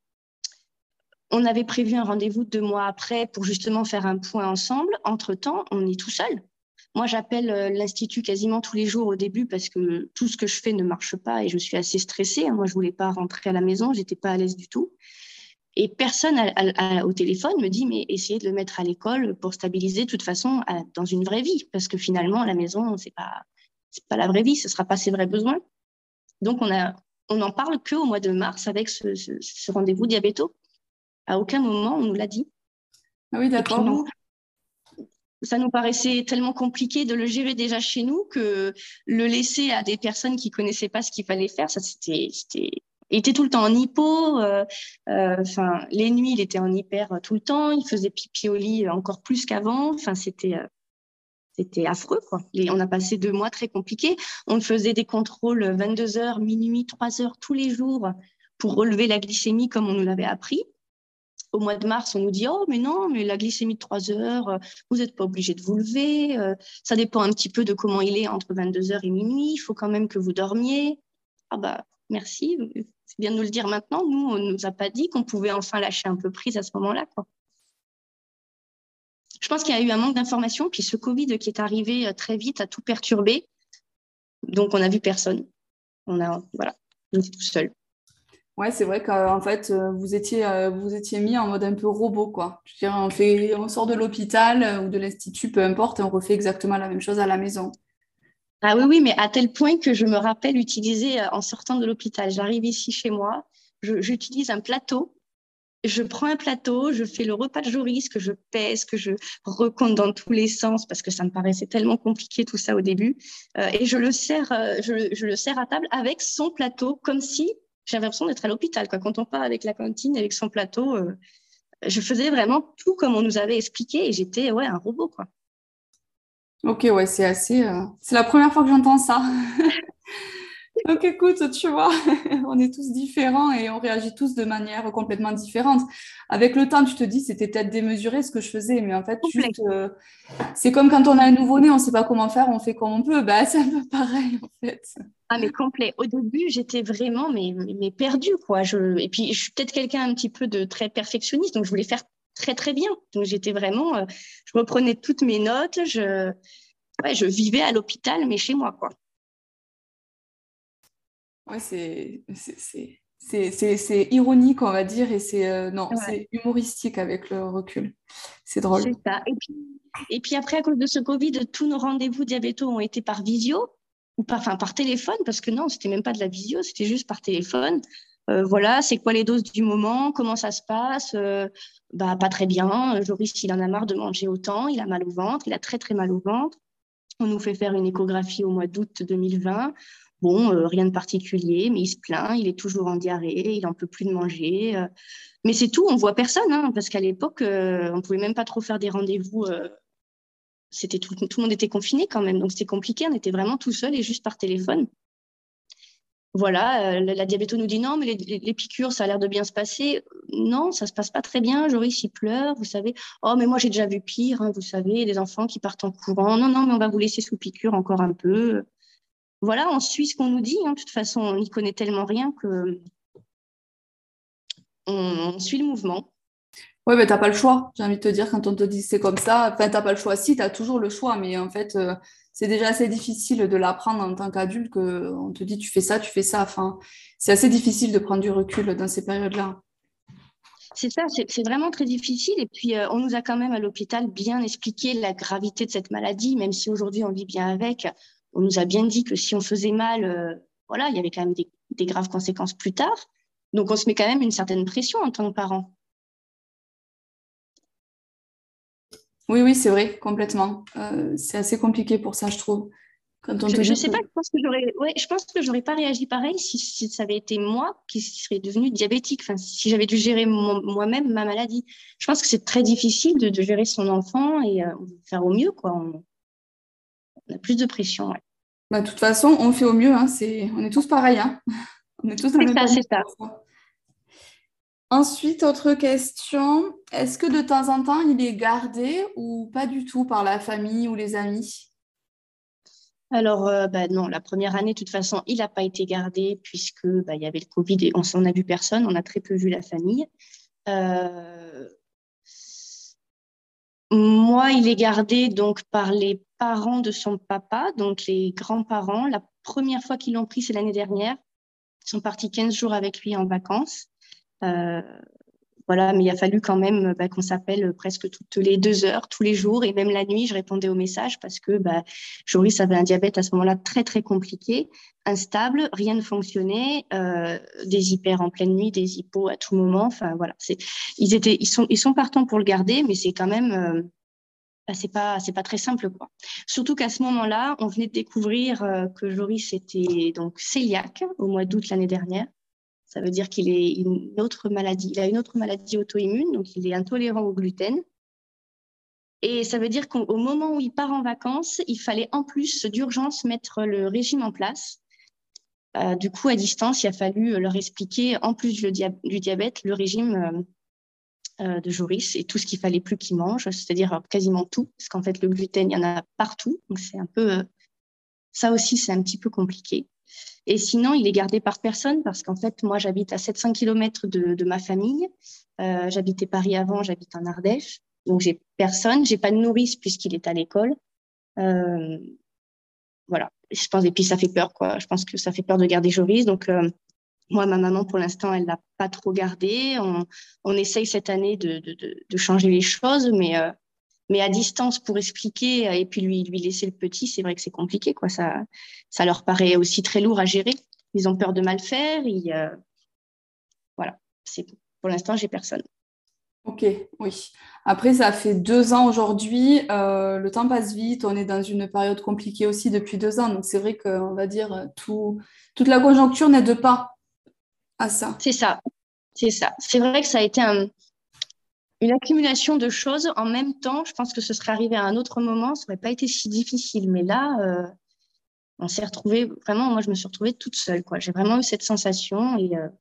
on avait prévu un rendez-vous deux mois après pour justement faire un point ensemble. Entre-temps, on est tout seul. Moi, j'appelle euh, l'Institut quasiment tous les jours au début parce que tout ce que je fais ne marche pas et je suis assez stressée. Moi, je voulais pas rentrer à la maison, j'étais pas à l'aise du tout. Et personne à, à, à, au téléphone me dit, mais essayez de le mettre à l'école pour stabiliser de toute façon à, dans une vraie vie. Parce que finalement, à la maison, c'est pas, c'est pas la vraie vie, ce sera pas ses vrais besoins. Donc, on a, on n'en parle qu'au mois de mars avec ce, ce, ce rendez-vous diabéto. À aucun moment, on nous l'a dit. Ah oui, Et puis d'accord. nous, ça nous paraissait tellement compliqué de le gérer déjà chez nous que le laisser à des personnes qui connaissaient pas ce qu'il fallait faire, ça c'était, c'était... Il était tout le temps en hypo. Euh, euh, enfin, les nuits, il était en hyper tout le temps. Il faisait pipi au lit encore plus qu'avant. Enfin, c'était, euh, c'était affreux, quoi. Et on a passé deux mois très compliqués. On faisait des contrôles vingt-deux heures, minuit, trois heures tous les jours pour relever la glycémie comme on nous l'avait appris. Au mois de mars, on nous dit « Oh, mais non, mais la glycémie de trois heures, vous n'êtes pas obligé de vous lever. Euh, ça dépend un petit peu de comment il est entre vingt-deux heures et minuit. Il faut quand même que vous dormiez. » Ah bah, merci. C'est bien de nous le dire maintenant. Nous, on ne nous a pas dit qu'on pouvait enfin lâcher un peu prise à ce moment-là, quoi. Je pense qu'il y a eu un manque d'information. Puis ce Covid qui est arrivé très vite a tout perturbé. Donc, on n'a vu personne. On a, voilà, on était tout seul. Ouais, c'est vrai qu'en fait, euh, vous étiez, euh, vous étiez mis en mode un peu robot, quoi. Je veux dire, on fait, on sort de l'hôpital euh, ou de l'institut, peu importe, et on refait exactement la même chose à la maison. Ah oui, oui, mais à tel point que je me rappelle utiliser euh, en sortant de l'hôpital. J'arrive ici chez moi, je- j'utilise un plateau. Je prends un plateau, je fais le repas de Joris, que je pèse, que je recompte dans tous les sens parce que ça me paraissait tellement compliqué tout ça au début. Euh, et je le sers, euh, je, je le sers à table avec son plateau, comme si j'avais l'impression d'être à l'hôpital, quoi. Quand on part avec la cantine, avec son plateau, euh, je faisais vraiment tout comme on nous avait expliqué et j'étais ouais un robot, quoi. Ok, ouais, c'est assez. euh, C'est la première fois que j'entends ça. Donc écoute, tu vois, on est tous différents et on réagit tous de manière complètement différente. Avec le temps, tu te dis, c'était peut-être démesuré ce que je faisais, mais en fait, Complet. juste, euh, c'est comme quand on a un nouveau-né, on ne sait pas comment faire, on fait comme on peut. Bah, c'est un peu pareil, en fait. Ah, mais complet. Au début, j'étais vraiment mais, mais perdue, quoi. Je... Et puis, je suis peut-être quelqu'un un petit peu de très perfectionniste, donc je voulais faire très, très bien. Donc, j'étais vraiment... euh, je reprenais toutes mes notes, je, ouais, je vivais à l'hôpital, mais chez moi, quoi. Ouais, c'est c'est c'est c'est c'est- c'est ironique, on va dire, et c'est euh, non, Ouais, c'est humoristique avec le recul. C'est drôle. c'est ça. Et puis, et puis après, à cause de ce Covid, tous nos rendez-vous diabéto ont été par visio, ou par, enfin, par téléphone, parce que non, c'était même pas de la visio, c'était juste par téléphone. Euh, voilà, c'est quoi les doses du moment, comment ça se passe? Euh, bah, pas très bien. Joris, il en a marre de manger autant, il a mal au ventre, il a très très mal au ventre. On nous fait faire une échographie au mois d'août deux mille vingt. Bon, euh, rien de particulier, mais il se plaint, il est toujours en diarrhée, il en peut plus de manger. euh. Mais c'est tout, on voit personne, hein, parce qu'à l'époque, euh, on pouvait même pas trop faire des rendez-vous. Euh, c'était tout, tout le monde était confiné quand même, donc c'était compliqué. On était vraiment tout seul et juste par téléphone. Voilà, euh, la, la diabéto nous dit non, mais les, les, les piqûres, ça a l'air de bien se passer. Non, ça se passe pas très bien. Joris, il pleure, vous savez. Oh, mais moi, j'ai déjà vu pire, hein, vous savez, des enfants qui partent en courant. Non, non, mais on va vous laisser sous piqûre encore un peu. Voilà, on suit ce qu'on nous dit, hein. De toute façon, on n'y connaît tellement rien que on, on suit le mouvement. Ouais, mais t'as pas le choix. J'ai envie de te dire, quand on te dit c'est comme ça, enfin, t'as pas le choix. Si, t'as toujours le choix, mais en fait, euh, c'est déjà assez difficile de l'apprendre en tant qu'adulte que on te dit tu fais ça, tu fais ça. Enfin, c'est assez difficile de prendre du recul dans ces périodes-là. C'est ça, c'est c'est vraiment très difficile. Et puis, euh, on nous a quand même à l'hôpital bien expliqué la gravité de cette maladie, même si aujourd'hui on vit bien avec. On nous a bien dit que si on faisait mal, euh, voilà, il y avait quand même des, des graves conséquences plus tard. Donc, on se met quand même une certaine pression en tant que parent. Oui, oui, c'est vrai, complètement. Euh, c'est assez compliqué pour ça, je trouve. Quand on Je, te je dit sais que pas, je pense que j'aurais, ouais, je pense que j'aurais pas réagi pareil si, si ça avait été moi qui serais devenue diabétique. Enfin, si j'avais dû gérer mon- moi-même ma maladie. Je pense que c'est très difficile de, de gérer son enfant et euh, faire au mieux, quoi. On, on a plus de pression, ouais. bah, de toute façon, on fait au mieux, hein, c'est... On est tous pareils, hein. On est tous dans le C'est même ça, panier c'est ça. parfois. Ensuite, autre question, est-ce que de temps en temps, il est gardé ou pas du tout par la famille ou les amis? Alors, euh, bah, non, la première année, de toute façon, il n'a pas été gardé puisque bah, il y avait le Covid et on s'en a vu personne. On a très peu vu la famille. Euh, Moi, il est gardé donc par les parents de son papa, donc les grands-parents. La première fois qu'ils l'ont pris, c'est l'année dernière. Ils sont partis quinze jours avec lui en vacances. Euh, Voilà, mais il a fallu quand même bah, qu'on s'appelle presque toutes les deux heures, tous les jours, et même la nuit, je répondais aux messages parce que bah, Joris avait un diabète à ce moment-là très, très compliqué, instable, rien ne fonctionnait, euh, des hyper en pleine nuit, des hypos à tout moment. Enfin, voilà, c'est, ils, étaient, ils, sont, ils sont partants pour le garder, mais c'est quand même, euh, bah, c'est pas, c'est pas très simple, quoi. Surtout qu'à ce moment-là, on venait de découvrir euh, que Joris était donc cœliaque au mois d'août l'année dernière. Ça veut dire qu'il est une autre maladie. Il a une autre maladie auto-immune, donc il est intolérant au gluten. Et ça veut dire qu'au moment où il part en vacances, il fallait en plus d'urgence mettre le régime en place. Euh, du coup, à distance, il a fallu leur expliquer, en plus du, dia- du diabète, le régime euh, euh, de Joris et tout ce qu'il fallait plus qu'il mange, c'est-à-dire quasiment tout, parce qu'en fait, le gluten, il y en a partout. Donc, c'est un peu, euh, ça aussi, c'est un petit peu compliqué. Et sinon, il est gardé par personne parce qu'en fait, moi, j'habite à sept cents kilomètres de, de ma famille. Euh, j'habitais Paris avant, j'habite en Ardèche. Donc, j'ai personne. J'ai pas de nourrice puisqu'il est à l'école. Euh, voilà. Je pense, et puis, ça fait peur, quoi. Je pense que ça fait peur de garder Joris. Donc, euh, moi, ma maman, pour l'instant, elle l'a pas trop gardé. On, on essaye cette année de, de, de, de changer les choses, mais, euh, mais à distance pour expliquer et puis lui, lui laisser le petit, c'est vrai que c'est compliqué, quoi. Ça, ça leur paraît aussi très lourd à gérer. Ils ont peur de mal faire. Ils, euh, voilà. C'est, pour l'instant, j'ai personne. Ok, oui. Après, ça fait deux ans aujourd'hui. Euh, le temps passe vite. On est dans une période compliquée aussi depuis deux ans. Donc, c'est vrai qu'on va dire euh, tout, toute la conjoncture n'aide pas à ça. C'est ça. C'est ça. C'est vrai que ça a été un, une accumulation de choses en même temps. Je pense que ce serait arrivé à un autre moment. Ça n'aurait pas été si difficile. Mais là, euh, on s'est retrouvés, vraiment, moi, je me suis retrouvée toute seule, quoi. J'ai vraiment eu cette sensation et euh,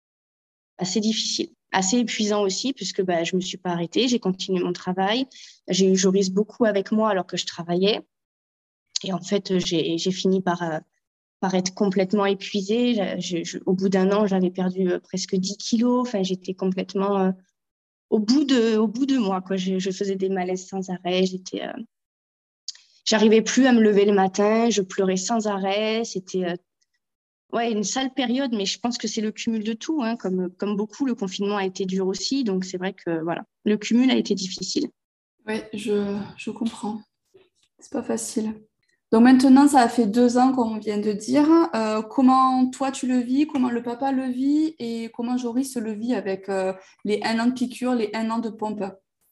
assez difficile. Assez épuisant aussi, puisque bah, je ne me suis pas arrêtée. J'ai continué mon travail. J'ai eu Joris beaucoup avec moi alors que je travaillais. Et en fait, j'ai, j'ai fini par, euh, par être complètement épuisée. Je, je, au bout d'un an, j'avais perdu euh, presque dix kilos. Enfin, j'étais complètement euh, au bout de, au bout de moi, quoi. Je, je faisais des malaises sans arrêt. J'étais, euh, j'arrivais plus à me lever le matin. Je pleurais sans arrêt. C'était euh, ouais, une sale période, mais je pense que c'est le cumul de tout. Hein. Comme, comme beaucoup, le confinement a été dur aussi. Donc, c'est vrai que voilà, le cumul a été difficile. Oui, je, je comprends. C'est pas facile. Donc maintenant, ça a fait deux ans, comme on vient de dire. Euh, comment toi tu le vis, comment le papa le vit et comment Joris le vit avec euh, les un an de piqûre, les un an de pompe.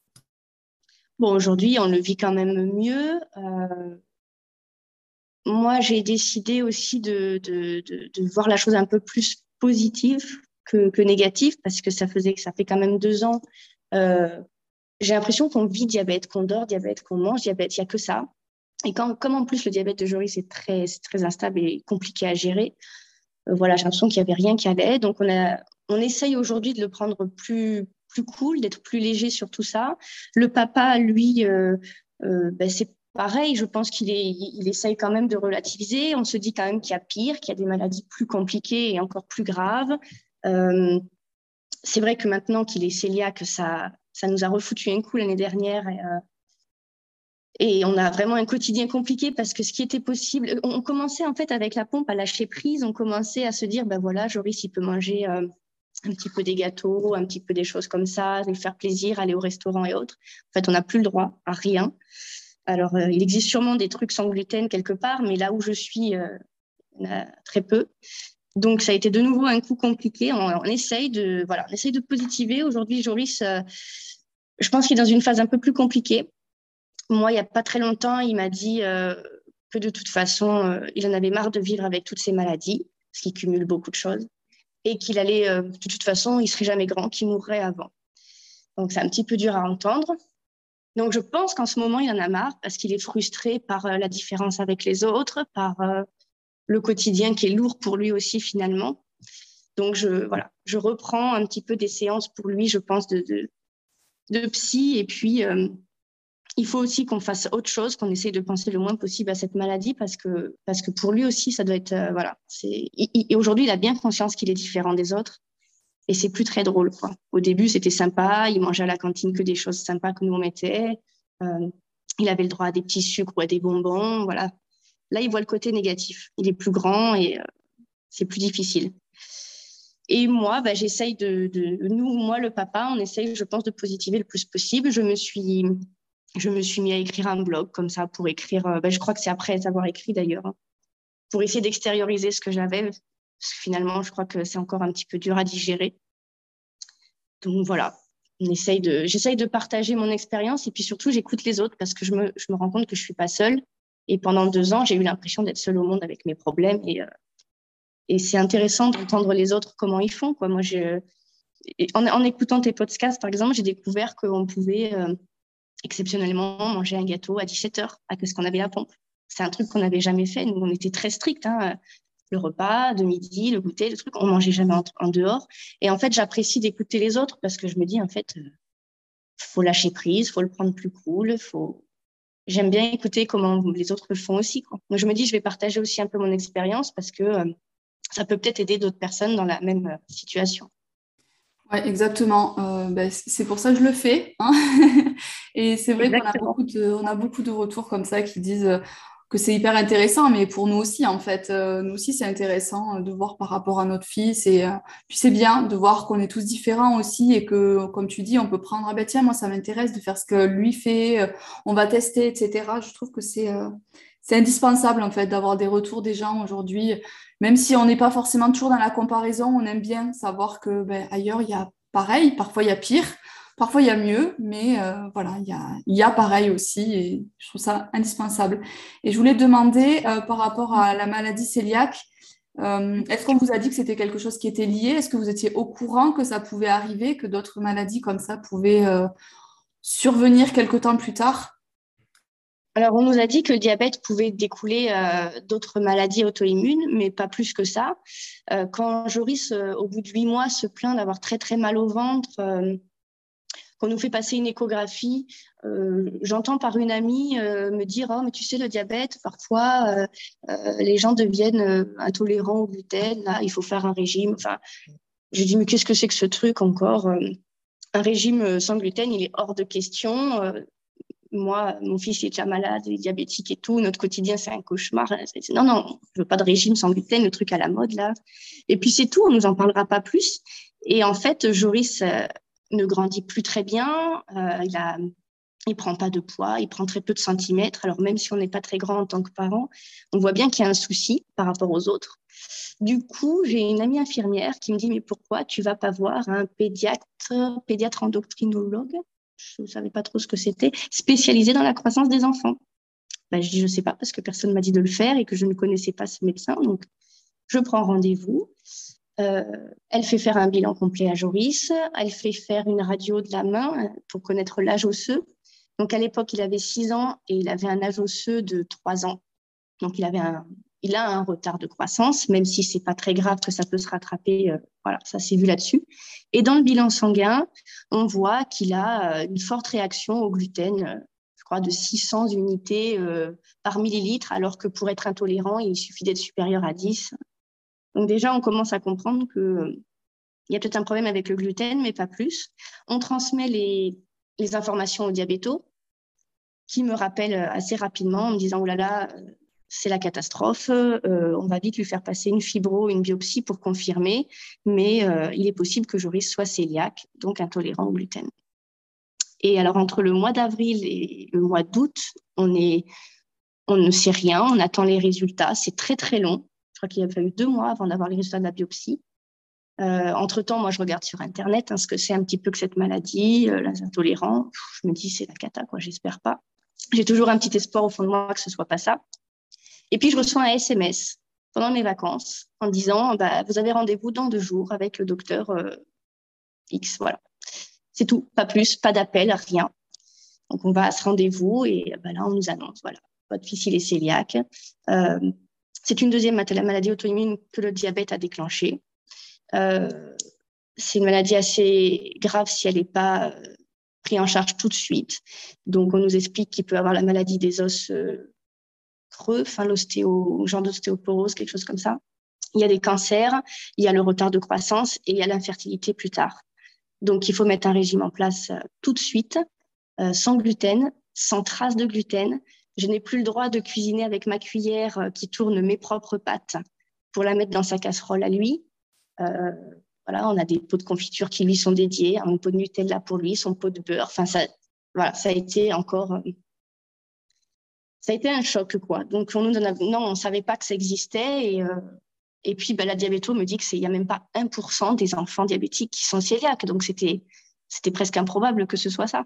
Bon, aujourd'hui, on le vit quand même mieux. Euh, moi, j'ai décidé aussi de, de, de, de voir la chose un peu plus positive que, que négative parce que ça faisait que ça fait quand même deux ans. Euh, j'ai l'impression qu'on vit diabète, qu'on dort diabète, qu'on mange diabète. Il n'y a que ça. Et quand, comme en plus le diabète de Joris c'est très, c'est très instable et compliqué à gérer, euh, voilà, j'ai l'impression qu'il n'y avait rien qui allait. Donc, on, a, on essaye aujourd'hui de le prendre plus, plus cool, d'être plus léger sur tout ça. Le papa, lui, euh, euh, ben, c'est pareil. Je pense qu'il est, il essaye quand même de relativiser. On se dit quand même qu'il y a pire, qu'il y a des maladies plus compliquées et encore plus graves. Euh, c'est vrai que maintenant qu'il est cœliaque, ça, ça nous a refoutu un coup l'année dernière. Et, euh, et on a vraiment un quotidien compliqué parce que ce qui était possible, on commençait en fait avec la pompe à lâcher prise, on commençait à se dire, ben voilà, Joris, il peut manger euh, un petit peu des gâteaux, un petit peu des choses comme ça, lui faire plaisir, aller au restaurant et autres. En fait, on n'a plus le droit à rien. Alors, euh, il existe sûrement des trucs sans gluten quelque part, mais là où je suis, euh, il y en a très peu. Donc, ça a été de nouveau un coup compliqué. On, on essaye de, voilà, on essaye de positiver. Aujourd'hui, Joris, euh, je pense qu'il est dans une phase un peu plus compliquée. Moi, il n'y a pas très longtemps, il m'a dit euh, que de toute façon, euh, il en avait marre de vivre avec toutes ces maladies, parce qu'il cumule beaucoup de choses, et qu'il allait, euh, de toute façon, il serait jamais grand, qu'il mourrait avant. Donc, c'est un petit peu dur à entendre. Donc, je pense qu'en ce moment, il en a marre, parce qu'il est frustré par euh, la différence avec les autres, par euh, le quotidien qui est lourd pour lui aussi, finalement. Donc, je, voilà, je reprends un petit peu des séances pour lui, je pense, de, de, de psy, et puis... Euh, il faut aussi qu'on fasse autre chose, qu'on essaye de penser le moins possible à cette maladie parce que, parce que pour lui aussi, ça doit être. Euh, voilà. C'est, et, et aujourd'hui, il a bien conscience qu'il est différent des autres et c'est plus très drôle, quoi. Au début, c'était sympa. Il mangeait à la cantine que des choses sympas que nous on mettait. Euh, il avait le droit à des petits sucres ou à des bonbons. Voilà. Là, il voit le côté négatif. Il est plus grand et euh, c'est plus difficile. Et moi, bah, j'essaye de, de, nous, moi, le papa, on essaye, je pense, de positiver le plus possible. Je me suis, je me suis mis à écrire un blog comme ça pour écrire, euh, bah, je crois que c'est après avoir écrit d'ailleurs, hein, pour essayer d'extérioriser ce que j'avais. Parce que finalement, je crois que c'est encore un petit peu dur à digérer. Donc voilà, on essaye de, j'essaye de partager mon expérience et puis surtout, j'écoute les autres parce que je me, je me rends compte que je suis pas seule. Et pendant deux ans, j'ai eu l'impression d'être seule au monde avec mes problèmes. Et, euh, et c'est intéressant d'entendre les autres comment ils font, quoi. Moi, je, en, en écoutant tes podcasts, par exemple, j'ai découvert qu'on pouvait euh, exceptionnellement manger un gâteau à dix-sept heures parce qu'on avait la pompe. C'est un truc qu'on n'avait jamais fait. Nous, on était très stricts, hein. Le repas de midi, le goûter, le truc, on mangeait jamais en, en dehors. Et en fait, j'apprécie d'écouter les autres parce que je me dis, en fait, euh, faut lâcher prise, faut le prendre plus cool, faut... J'aime bien écouter comment les autres le font aussi, quoi. Moi, je me dis, je vais partager aussi un peu mon expérience parce que euh, ça peut peut-être aider d'autres personnes dans la même euh, situation. Ouais, exactement. Euh, ben, c- c'est pour ça que je le fais, hein. Et c'est vrai qu'on a Exactement. beaucoup de, on a beaucoup de retours comme ça qui disent euh, que c'est hyper intéressant, mais pour nous aussi, en fait. Euh, nous aussi, c'est intéressant euh, de voir par rapport à notre fils. Et euh, puis c'est bien de voir qu'on est tous différents aussi et que, comme tu dis, on peut prendre, ah ben tiens, moi, ça m'intéresse de faire ce que lui fait, euh, on va tester, et cetera. Je trouve que c'est euh, c'est indispensable, en fait, d'avoir des retours des gens aujourd'hui. Même si on n'est pas forcément toujours dans la comparaison, on aime bien savoir que ben, ailleurs, il y a pareil, parfois il y a pire, parfois il y a mieux, mais euh, voilà, il y a, il y a pareil aussi et je trouve ça indispensable. Et je voulais te demander euh, par rapport à la maladie cœliaque, euh, est-ce qu'on vous a dit que c'était quelque chose qui était lié? Est-ce que vous étiez au courant que ça pouvait arriver, que d'autres maladies comme ça pouvaient euh, survenir quelque temps plus tard? Alors, on nous a dit que le diabète pouvait découler euh, d'autres maladies auto-immunes, mais pas plus que ça. Euh, quand Joris, euh, au bout de huit mois, se plaint d'avoir très très mal au ventre, euh, qu'on nous fait passer une échographie, euh, j'entends par une amie euh, me dire, oh mais tu sais le diabète, parfois euh, euh, les gens deviennent euh, intolérants au gluten, là il faut faire un régime. Enfin, je dis mais qu'est-ce que c'est que ce truc encore? Euh, un régime sans gluten, il est hors de question. Euh, moi, mon fils est déjà malade, il est diabétique et tout. Notre quotidien, c'est un cauchemar. Non, non, je veux pas de régime sans gluten, le truc à la mode, là. Et puis, c'est tout, on nous en parlera pas plus. Et en fait, Joris euh, ne grandit plus très bien. Euh, il a, il prend pas de poids, il prend très peu de centimètres. Alors, même si on n'est pas très grand en tant que parent, on voit bien qu'il y a un souci par rapport aux autres. Du coup, j'ai une amie infirmière qui me dit, mais pourquoi tu vas pas voir un pédiatre, pédiatre endocrinologue? Je ne savais pas trop ce que c'était, spécialisé dans la croissance des enfants. Ben, je dis, je ne sais pas, parce que personne ne m'a dit de le faire et que je ne connaissais pas ce médecin. Donc, je prends rendez-vous. Euh, elle fait faire un bilan complet à Joris. Elle fait faire une radio de la main pour connaître l'âge osseux. Donc, à l'époque, il avait six ans et il avait un âge osseux de trois ans. Donc, il, avait un, il a un retard de croissance, même si ce n'est pas très grave, que ça peut se rattraper. Euh, voilà, ça s'est vu là-dessus. Et dans le bilan sanguin, on voit qu'il a euh, une forte réaction au gluten, euh, je crois de six cents unités euh, par millilitre, alors que pour être intolérant, il suffit d'être supérieur à dix. Donc déjà, on commence à comprendre qu'il euh, y a peut-être un problème avec le gluten, mais pas plus. On transmet les, les informations au diabéto, qui me rappelle assez rapidement en me disant « Oh là là, c'est la catastrophe, euh, on va vite lui faire passer une fibro, une biopsie pour confirmer, mais euh, il est possible que Joris soit cœliaque, donc intolérant au gluten. » Et alors, entre le mois d'avril et le mois d'août, on, est, on ne sait rien, on attend les résultats, c'est très très long. Je crois qu'il a fallu deux mois avant d'avoir les résultats de la biopsie. Euh, entre-temps, moi, je regarde sur Internet hein, ce que c'est un petit peu que cette maladie, euh, les intolérants. Je me dis, c'est la cata, quoi, j'espère pas. J'ai toujours un petit espoir au fond de moi que ce soit pas ça. Et puis, je reçois un S M S pendant mes vacances en disant, bah, vous avez rendez-vous dans deux jours avec le docteur euh, X. Voilà. C'est tout, pas plus, pas d'appel, rien. Donc, on va à ce rendez-vous et bah, là, on nous annonce, voilà, votre fils, il est cœliaque. Euh, c'est une deuxième maladie auto-immune que le diabète a déclenchée. Euh, c'est une maladie assez grave si elle n'est pas euh, prise en charge tout de suite. Donc, on nous explique qu'il peut avoir la maladie des os euh, creux, enfin l'ostéo, genre d'ostéoporose, quelque chose comme ça. Il y a des cancers, il y a le retard de croissance et il y a l'infertilité plus tard. Donc, il faut mettre un régime en place euh, tout de suite, euh, sans gluten, sans trace de gluten. Je n'ai plus le droit de cuisiner avec ma cuillère euh, qui tourne mes propres pâtes pour la mettre dans sa casserole à lui. Euh, voilà, on a des pots de confiture qui lui sont dédiés, un pot de Nutella pour lui, son pot de beurre. Enfin, ça, voilà, ça a été encore, euh, ça a été un choc, quoi. Donc, on nous donne, non, on ne savait pas que ça existait. Et, euh, et puis, ben, la diabéto me dit qu'il n'y a même pas un pour cent des enfants diabétiques qui sont cœliaques. Donc, c'était, c'était presque improbable que ce soit ça.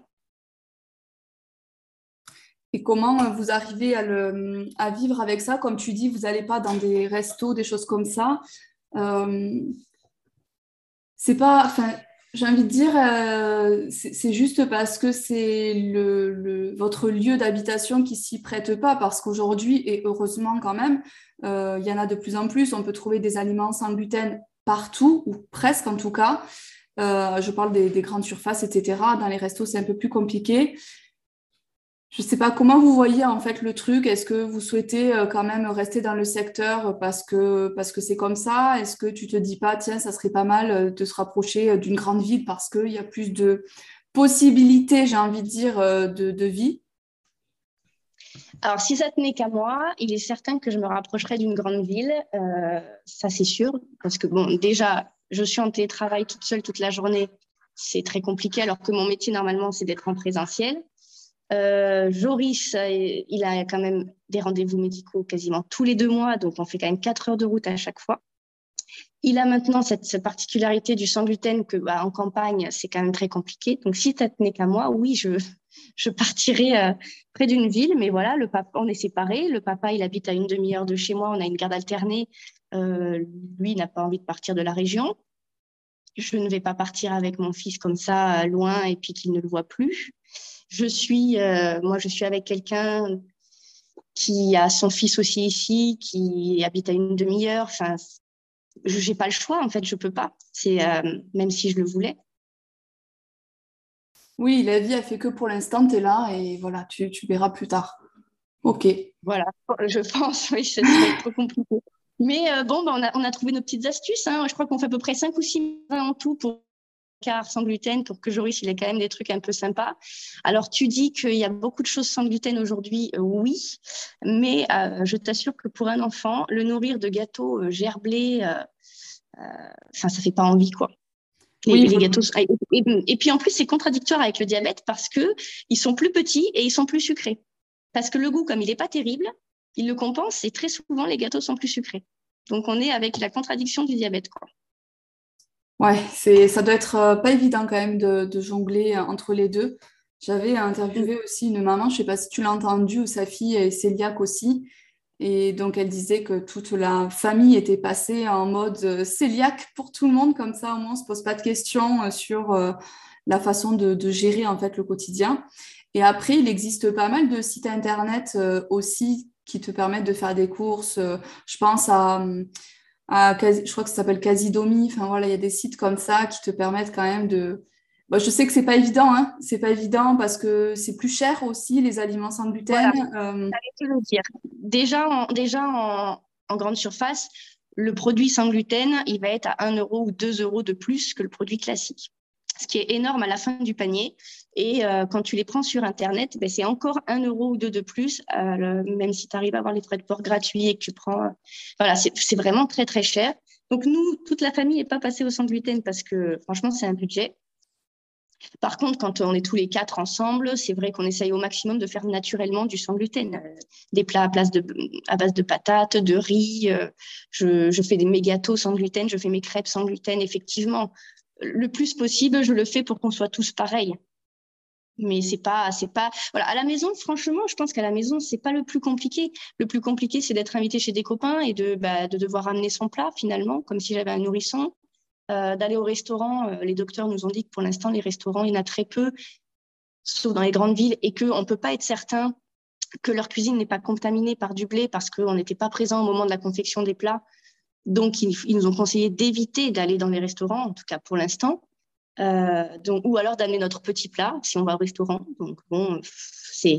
Et comment euh, vous arrivez à, le, à vivre avec ça? Comme tu dis, vous n'allez pas dans des restos, des choses comme ça. Euh, c'est pas, enfin, j'ai envie de dire, euh, c'est c'est juste parce que c'est le, le- votre lieu d'habitation qui s'y prête pas, parce qu'aujourd'hui, et heureusement quand même, euh, il y en a de plus en plus, on peut trouver des aliments sans gluten partout, ou presque en tout cas. Euh, je parle des, des grandes surfaces, et cetera. Dans les restos, c'est un peu plus compliqué. Je ne sais pas comment vous voyez en fait le truc. Est-ce que vous souhaitez euh, quand même rester dans le secteur parce que parce que c'est comme ça? Est-ce que tu te dis pas, tiens, ça serait pas mal euh, de se rapprocher euh, d'une grande ville parce qu'il y a plus de possibilités, j'ai envie de dire, euh, de, de vie? Alors, si ça tenait qu'à moi, il est certain que je me rapprocherais d'une grande ville, euh, ça c'est sûr, parce que bon, déjà, je suis en télétravail toute seule toute la journée, c'est très compliqué, alors que mon métier normalement c'est d'être en présentiel. Euh, Joris, euh, il a quand même des rendez-vous médicaux quasiment tous les deux mois, donc on fait quand même quatre heures de route à chaque fois. Il a maintenant cette, cette particularité du sans gluten que, bah, en campagne, c'est quand même très compliqué. Donc, si ça tenait qu'à moi, oui, je, je partirais euh, près d'une ville. Mais voilà, le papa, on est séparés. Le papa, il habite à une demi-heure de chez moi. On a une garde alternée. Euh, lui, il n'a pas envie de partir de la région. Je ne vais pas partir avec mon fils comme ça, loin, et puis qu'il ne le voit plus. Je suis, euh, moi, je suis avec quelqu'un qui a son fils aussi ici, qui habite à une demi-heure. Enfin, je n'ai pas le choix, en fait, je peux pas. C'est euh, même si je le voulais. Oui, la vie a fait que pour l'instant, tu es là et voilà, tu, tu verras plus tard. Ok. Voilà, je pense, oui, ça va être trop compliqué. Mais euh, bon, bah, on a, on a trouvé nos petites astuces. Hein. Je crois qu'on fait à peu près cinq ou six en tout pour car sans gluten, pour que Joris, il ait quand même des trucs un peu sympas. Alors, tu dis qu'il y a beaucoup de choses sans gluten aujourd'hui, euh, oui, mais euh, je t'assure que pour un enfant, le nourrir de gâteaux euh, gerblés, euh, euh, ça ne fait pas envie, quoi. Les, Oui, les gâteaux. Et, et, et puis en plus, c'est contradictoire avec le diabète parce que ils sont plus petits et ils sont plus sucrés. Parce que le goût, comme il n'est pas terrible, il le compense et très souvent, les gâteaux sont plus sucrés. Donc, on est avec la contradiction du diabète, quoi. ouais, c'est, ça doit être euh, pas évident quand même de, de jongler euh, entre les deux. J'avais Mm. interviewé aussi une maman, je sais pas si tu l'as entendu, où sa fille est cœliaque aussi. Et donc, elle disait que toute la famille était passée en mode euh, cœliaque pour tout le monde. Comme ça, au moins, on se pose pas de questions euh, sur euh, la façon de, de gérer en fait le quotidien. Et après, il existe pas mal de sites internet euh, aussi qui te permettent de faire des courses. Euh, je pense à, hum, à Quasi- je crois que ça s'appelle Casidomi. Enfin voilà, il y a des sites comme ça qui te permettent quand même de. Bon, je sais que c'est pas évident, hein. C'est pas évident parce que c'est plus cher aussi les aliments sans gluten. Voilà, Euh, je veux dire. Déjà, en, déjà en, en grande surface, le produit sans gluten, il va être à un euro ou deux euros de plus que le produit classique. Ce qui est énorme à la fin du panier. Et euh, quand tu les prends sur Internet, ben, c'est encore un euro ou deux de plus, euh, le- même si tu arrives à avoir les frais de port gratuits et que tu prends. Euh, voilà, c'est c'est vraiment très, très cher. Donc, nous, toute la famille n'est pas passée au sans gluten parce que, franchement, c'est un budget. Par contre, quand on est tous les quatre ensemble, c'est vrai qu'on essaye au maximum de faire naturellement du sans gluten. Euh, des plats à, place de, à base de patates, de riz. Euh, je, je fais des, mes gâteaux sans gluten, je fais mes crêpes sans gluten, effectivement. Le plus possible, je le fais pour qu'on soit tous pareils. Mais c'est pas, c'est pas, voilà. À la maison, franchement, je pense qu'à la maison, c'est pas le plus compliqué. Le plus compliqué, c'est d'être invité chez des copains et de, bah, de devoir amener son plat, finalement, comme si j'avais un nourrisson. Euh, d'aller au restaurant, euh, les docteurs nous ont dit que pour l'instant, les restaurants, il y en a très peu, sauf dans les grandes villes, et qu'on ne peut pas être certain que leur cuisine n'est pas contaminée par du blé parce qu'on n'était pas présent au moment de la confection des plats. Donc, ils, ils nous ont conseillé d'éviter d'aller dans les restaurants, en tout cas pour l'instant. Euh, donc, ou alors d'amener notre petit plat si on va au restaurant. Donc, bon, c'est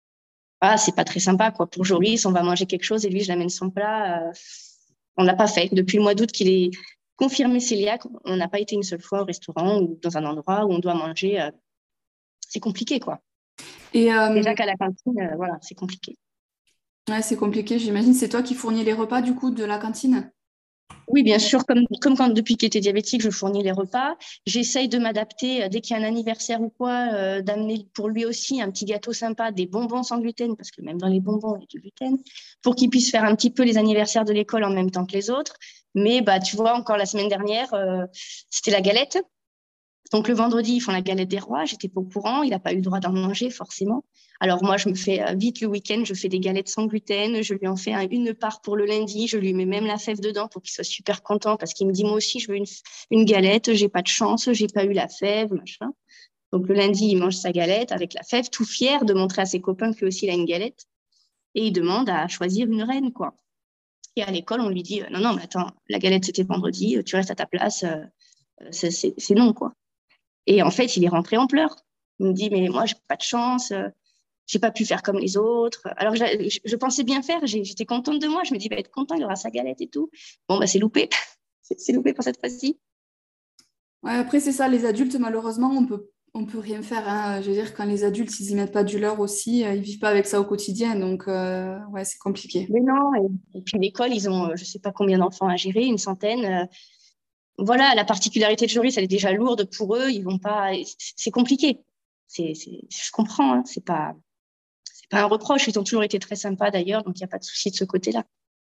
ah, c'est pas très sympa, quoi. Pour Joris, on va manger quelque chose et lui, je l'amène son plat. Euh, on l'a pas fait. Depuis le mois d'août qu'il est confirmé cœliaque, on n'a pas été une seule fois au restaurant ou dans un endroit où on doit manger. Euh, c'est compliqué, quoi. et euh, Déjà qu'à la cantine, euh, voilà, c'est compliqué. ouais, c'est compliqué. J'imagine c'est toi qui fournis les repas du coup de la cantine. Oui, bien sûr, comme, comme quand depuis qu'il était diabétique, je fournis les repas. J'essaye de m'adapter euh, dès qu'il y a un anniversaire ou quoi, euh, d'amener pour lui aussi un petit gâteau sympa, des bonbons sans gluten, parce que même dans les bonbons, il y a du gluten, pour qu'il puisse faire un petit peu les anniversaires de l'école en même temps que les autres. Mais bah, tu vois, encore la semaine dernière, euh, c'était la galette. Donc le vendredi, ils font la galette des rois. J'étais pas au courant. Il n'a pas eu le droit d'en manger, forcément. Alors moi, je me fais euh, vite le week-end. Je fais des galettes sans gluten. Je lui en fais un- une part pour le lundi. Je lui mets même la fève dedans pour qu'il soit super content parce qu'il me dit, moi aussi, je veux une, une galette. J'ai pas de chance. J'ai pas eu la fève, machin. Donc le lundi, il mange sa galette avec la fève, tout fier de montrer à ses copains que lui aussi, il a une galette. Et il demande à choisir une reine, quoi. Et à l'école, on lui dit, euh, non, non, mais attends, la galette, c'était vendredi. Tu restes à ta place. euh, c'est c'est- c'est non, quoi. Et en fait, il est rentré en pleurs. Il me dit, mais moi, j'ai pas de chance, euh, j'ai pas pu faire comme les autres. Alors, je, je, je pensais bien faire, j'ai- j'étais contente de moi. Je me dis, il va être content, il aura sa galette et tout. Bon, bah, c'est loupé. C'est c'est loupé pour cette fois-ci. Ouais, après, c'est ça, les adultes, malheureusement, on peut, on peut rien faire, hein. Je veux dire, quand les adultes, ils y mettent pas du leur aussi, euh, ils vivent pas avec ça au quotidien, donc euh, ouais, c'est compliqué. Mais non, et, et puis l'école, ils ont, euh, je sais pas combien d'enfants à gérer, une centaine. euh, voilà, la particularité de Joris, elle est déjà lourde pour eux. Ils vont pas, c'est c'est compliqué. C'est, c'est, je comprends, hein, c'est pas, c'est pas un reproche. Ils ont toujours été très sympas d'ailleurs, donc il n'y a pas de souci de ce côté-là.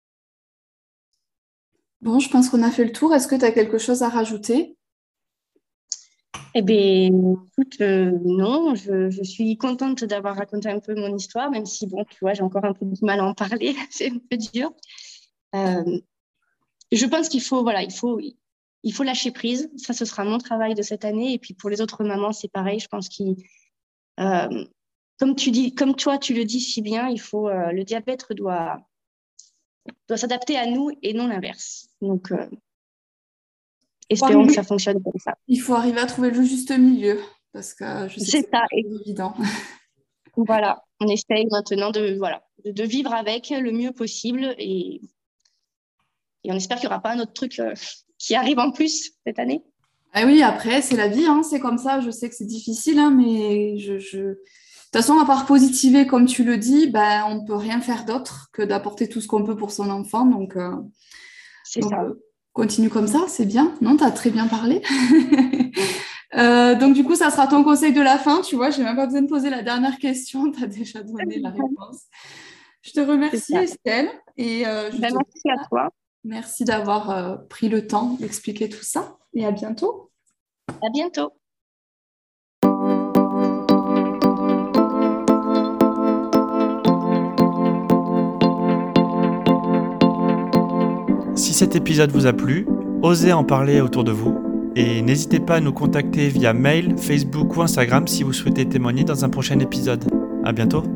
Bon, je pense qu'on a fait le tour. Est-ce que tu as quelque chose à rajouter? Eh bien, écoute, euh, non, je, je suis contente d'avoir raconté un peu mon histoire, même si, bon, tu vois, j'ai encore un peu du mal à en parler, c'est un peu dur. Euh, je pense qu'il faut, voilà, il faut, il faut lâcher prise. Ça, ce sera mon travail de cette année. Et puis pour les autres mamans, c'est pareil. Je pense qu'il, euh, comme tu dis, comme toi, tu le dis si bien, il faut, euh, le diabète doit, doit s'adapter à nous et non l'inverse. Donc, euh, Faut espérons que ça arriver- fonctionne comme ça. Il faut arriver à trouver le juste milieu, parce que euh, je sais que C'est c'est pas ça. Et toujours évident. voilà, on essaye maintenant de, voilà, de, de vivre avec le mieux possible et, et on espère qu'il n'y aura pas un autre truc euh, qui arrive en plus cette année. Ah oui, après, c'est la vie, hein, c'est comme ça. Je sais que c'est difficile, hein, mais je, je... de toute façon, à part positiver, comme tu le dis, ben, on ne peut rien faire d'autre que d'apporter tout ce qu'on peut pour son enfant. Donc, euh, C'est donc ça. euh, continue comme ça, c'est bien. Non, tu as très bien parlé. Euh, donc, du coup, ça sera ton conseil de la fin. Tu vois, j'ai même pas besoin de poser la dernière question. Tu as déjà donné la réponse. Je te C'est remercie, ça. Estelle, et euh, je Ben, te dis merci à toi. merci d'avoir euh, pris le temps d'expliquer tout ça. Et à bientôt. À bientôt. Si cet épisode vous a plu, osez en parler autour de vous et n'hésitez pas à nous contacter via mail, Facebook ou Instagram si vous souhaitez témoigner dans un prochain épisode. À bientôt.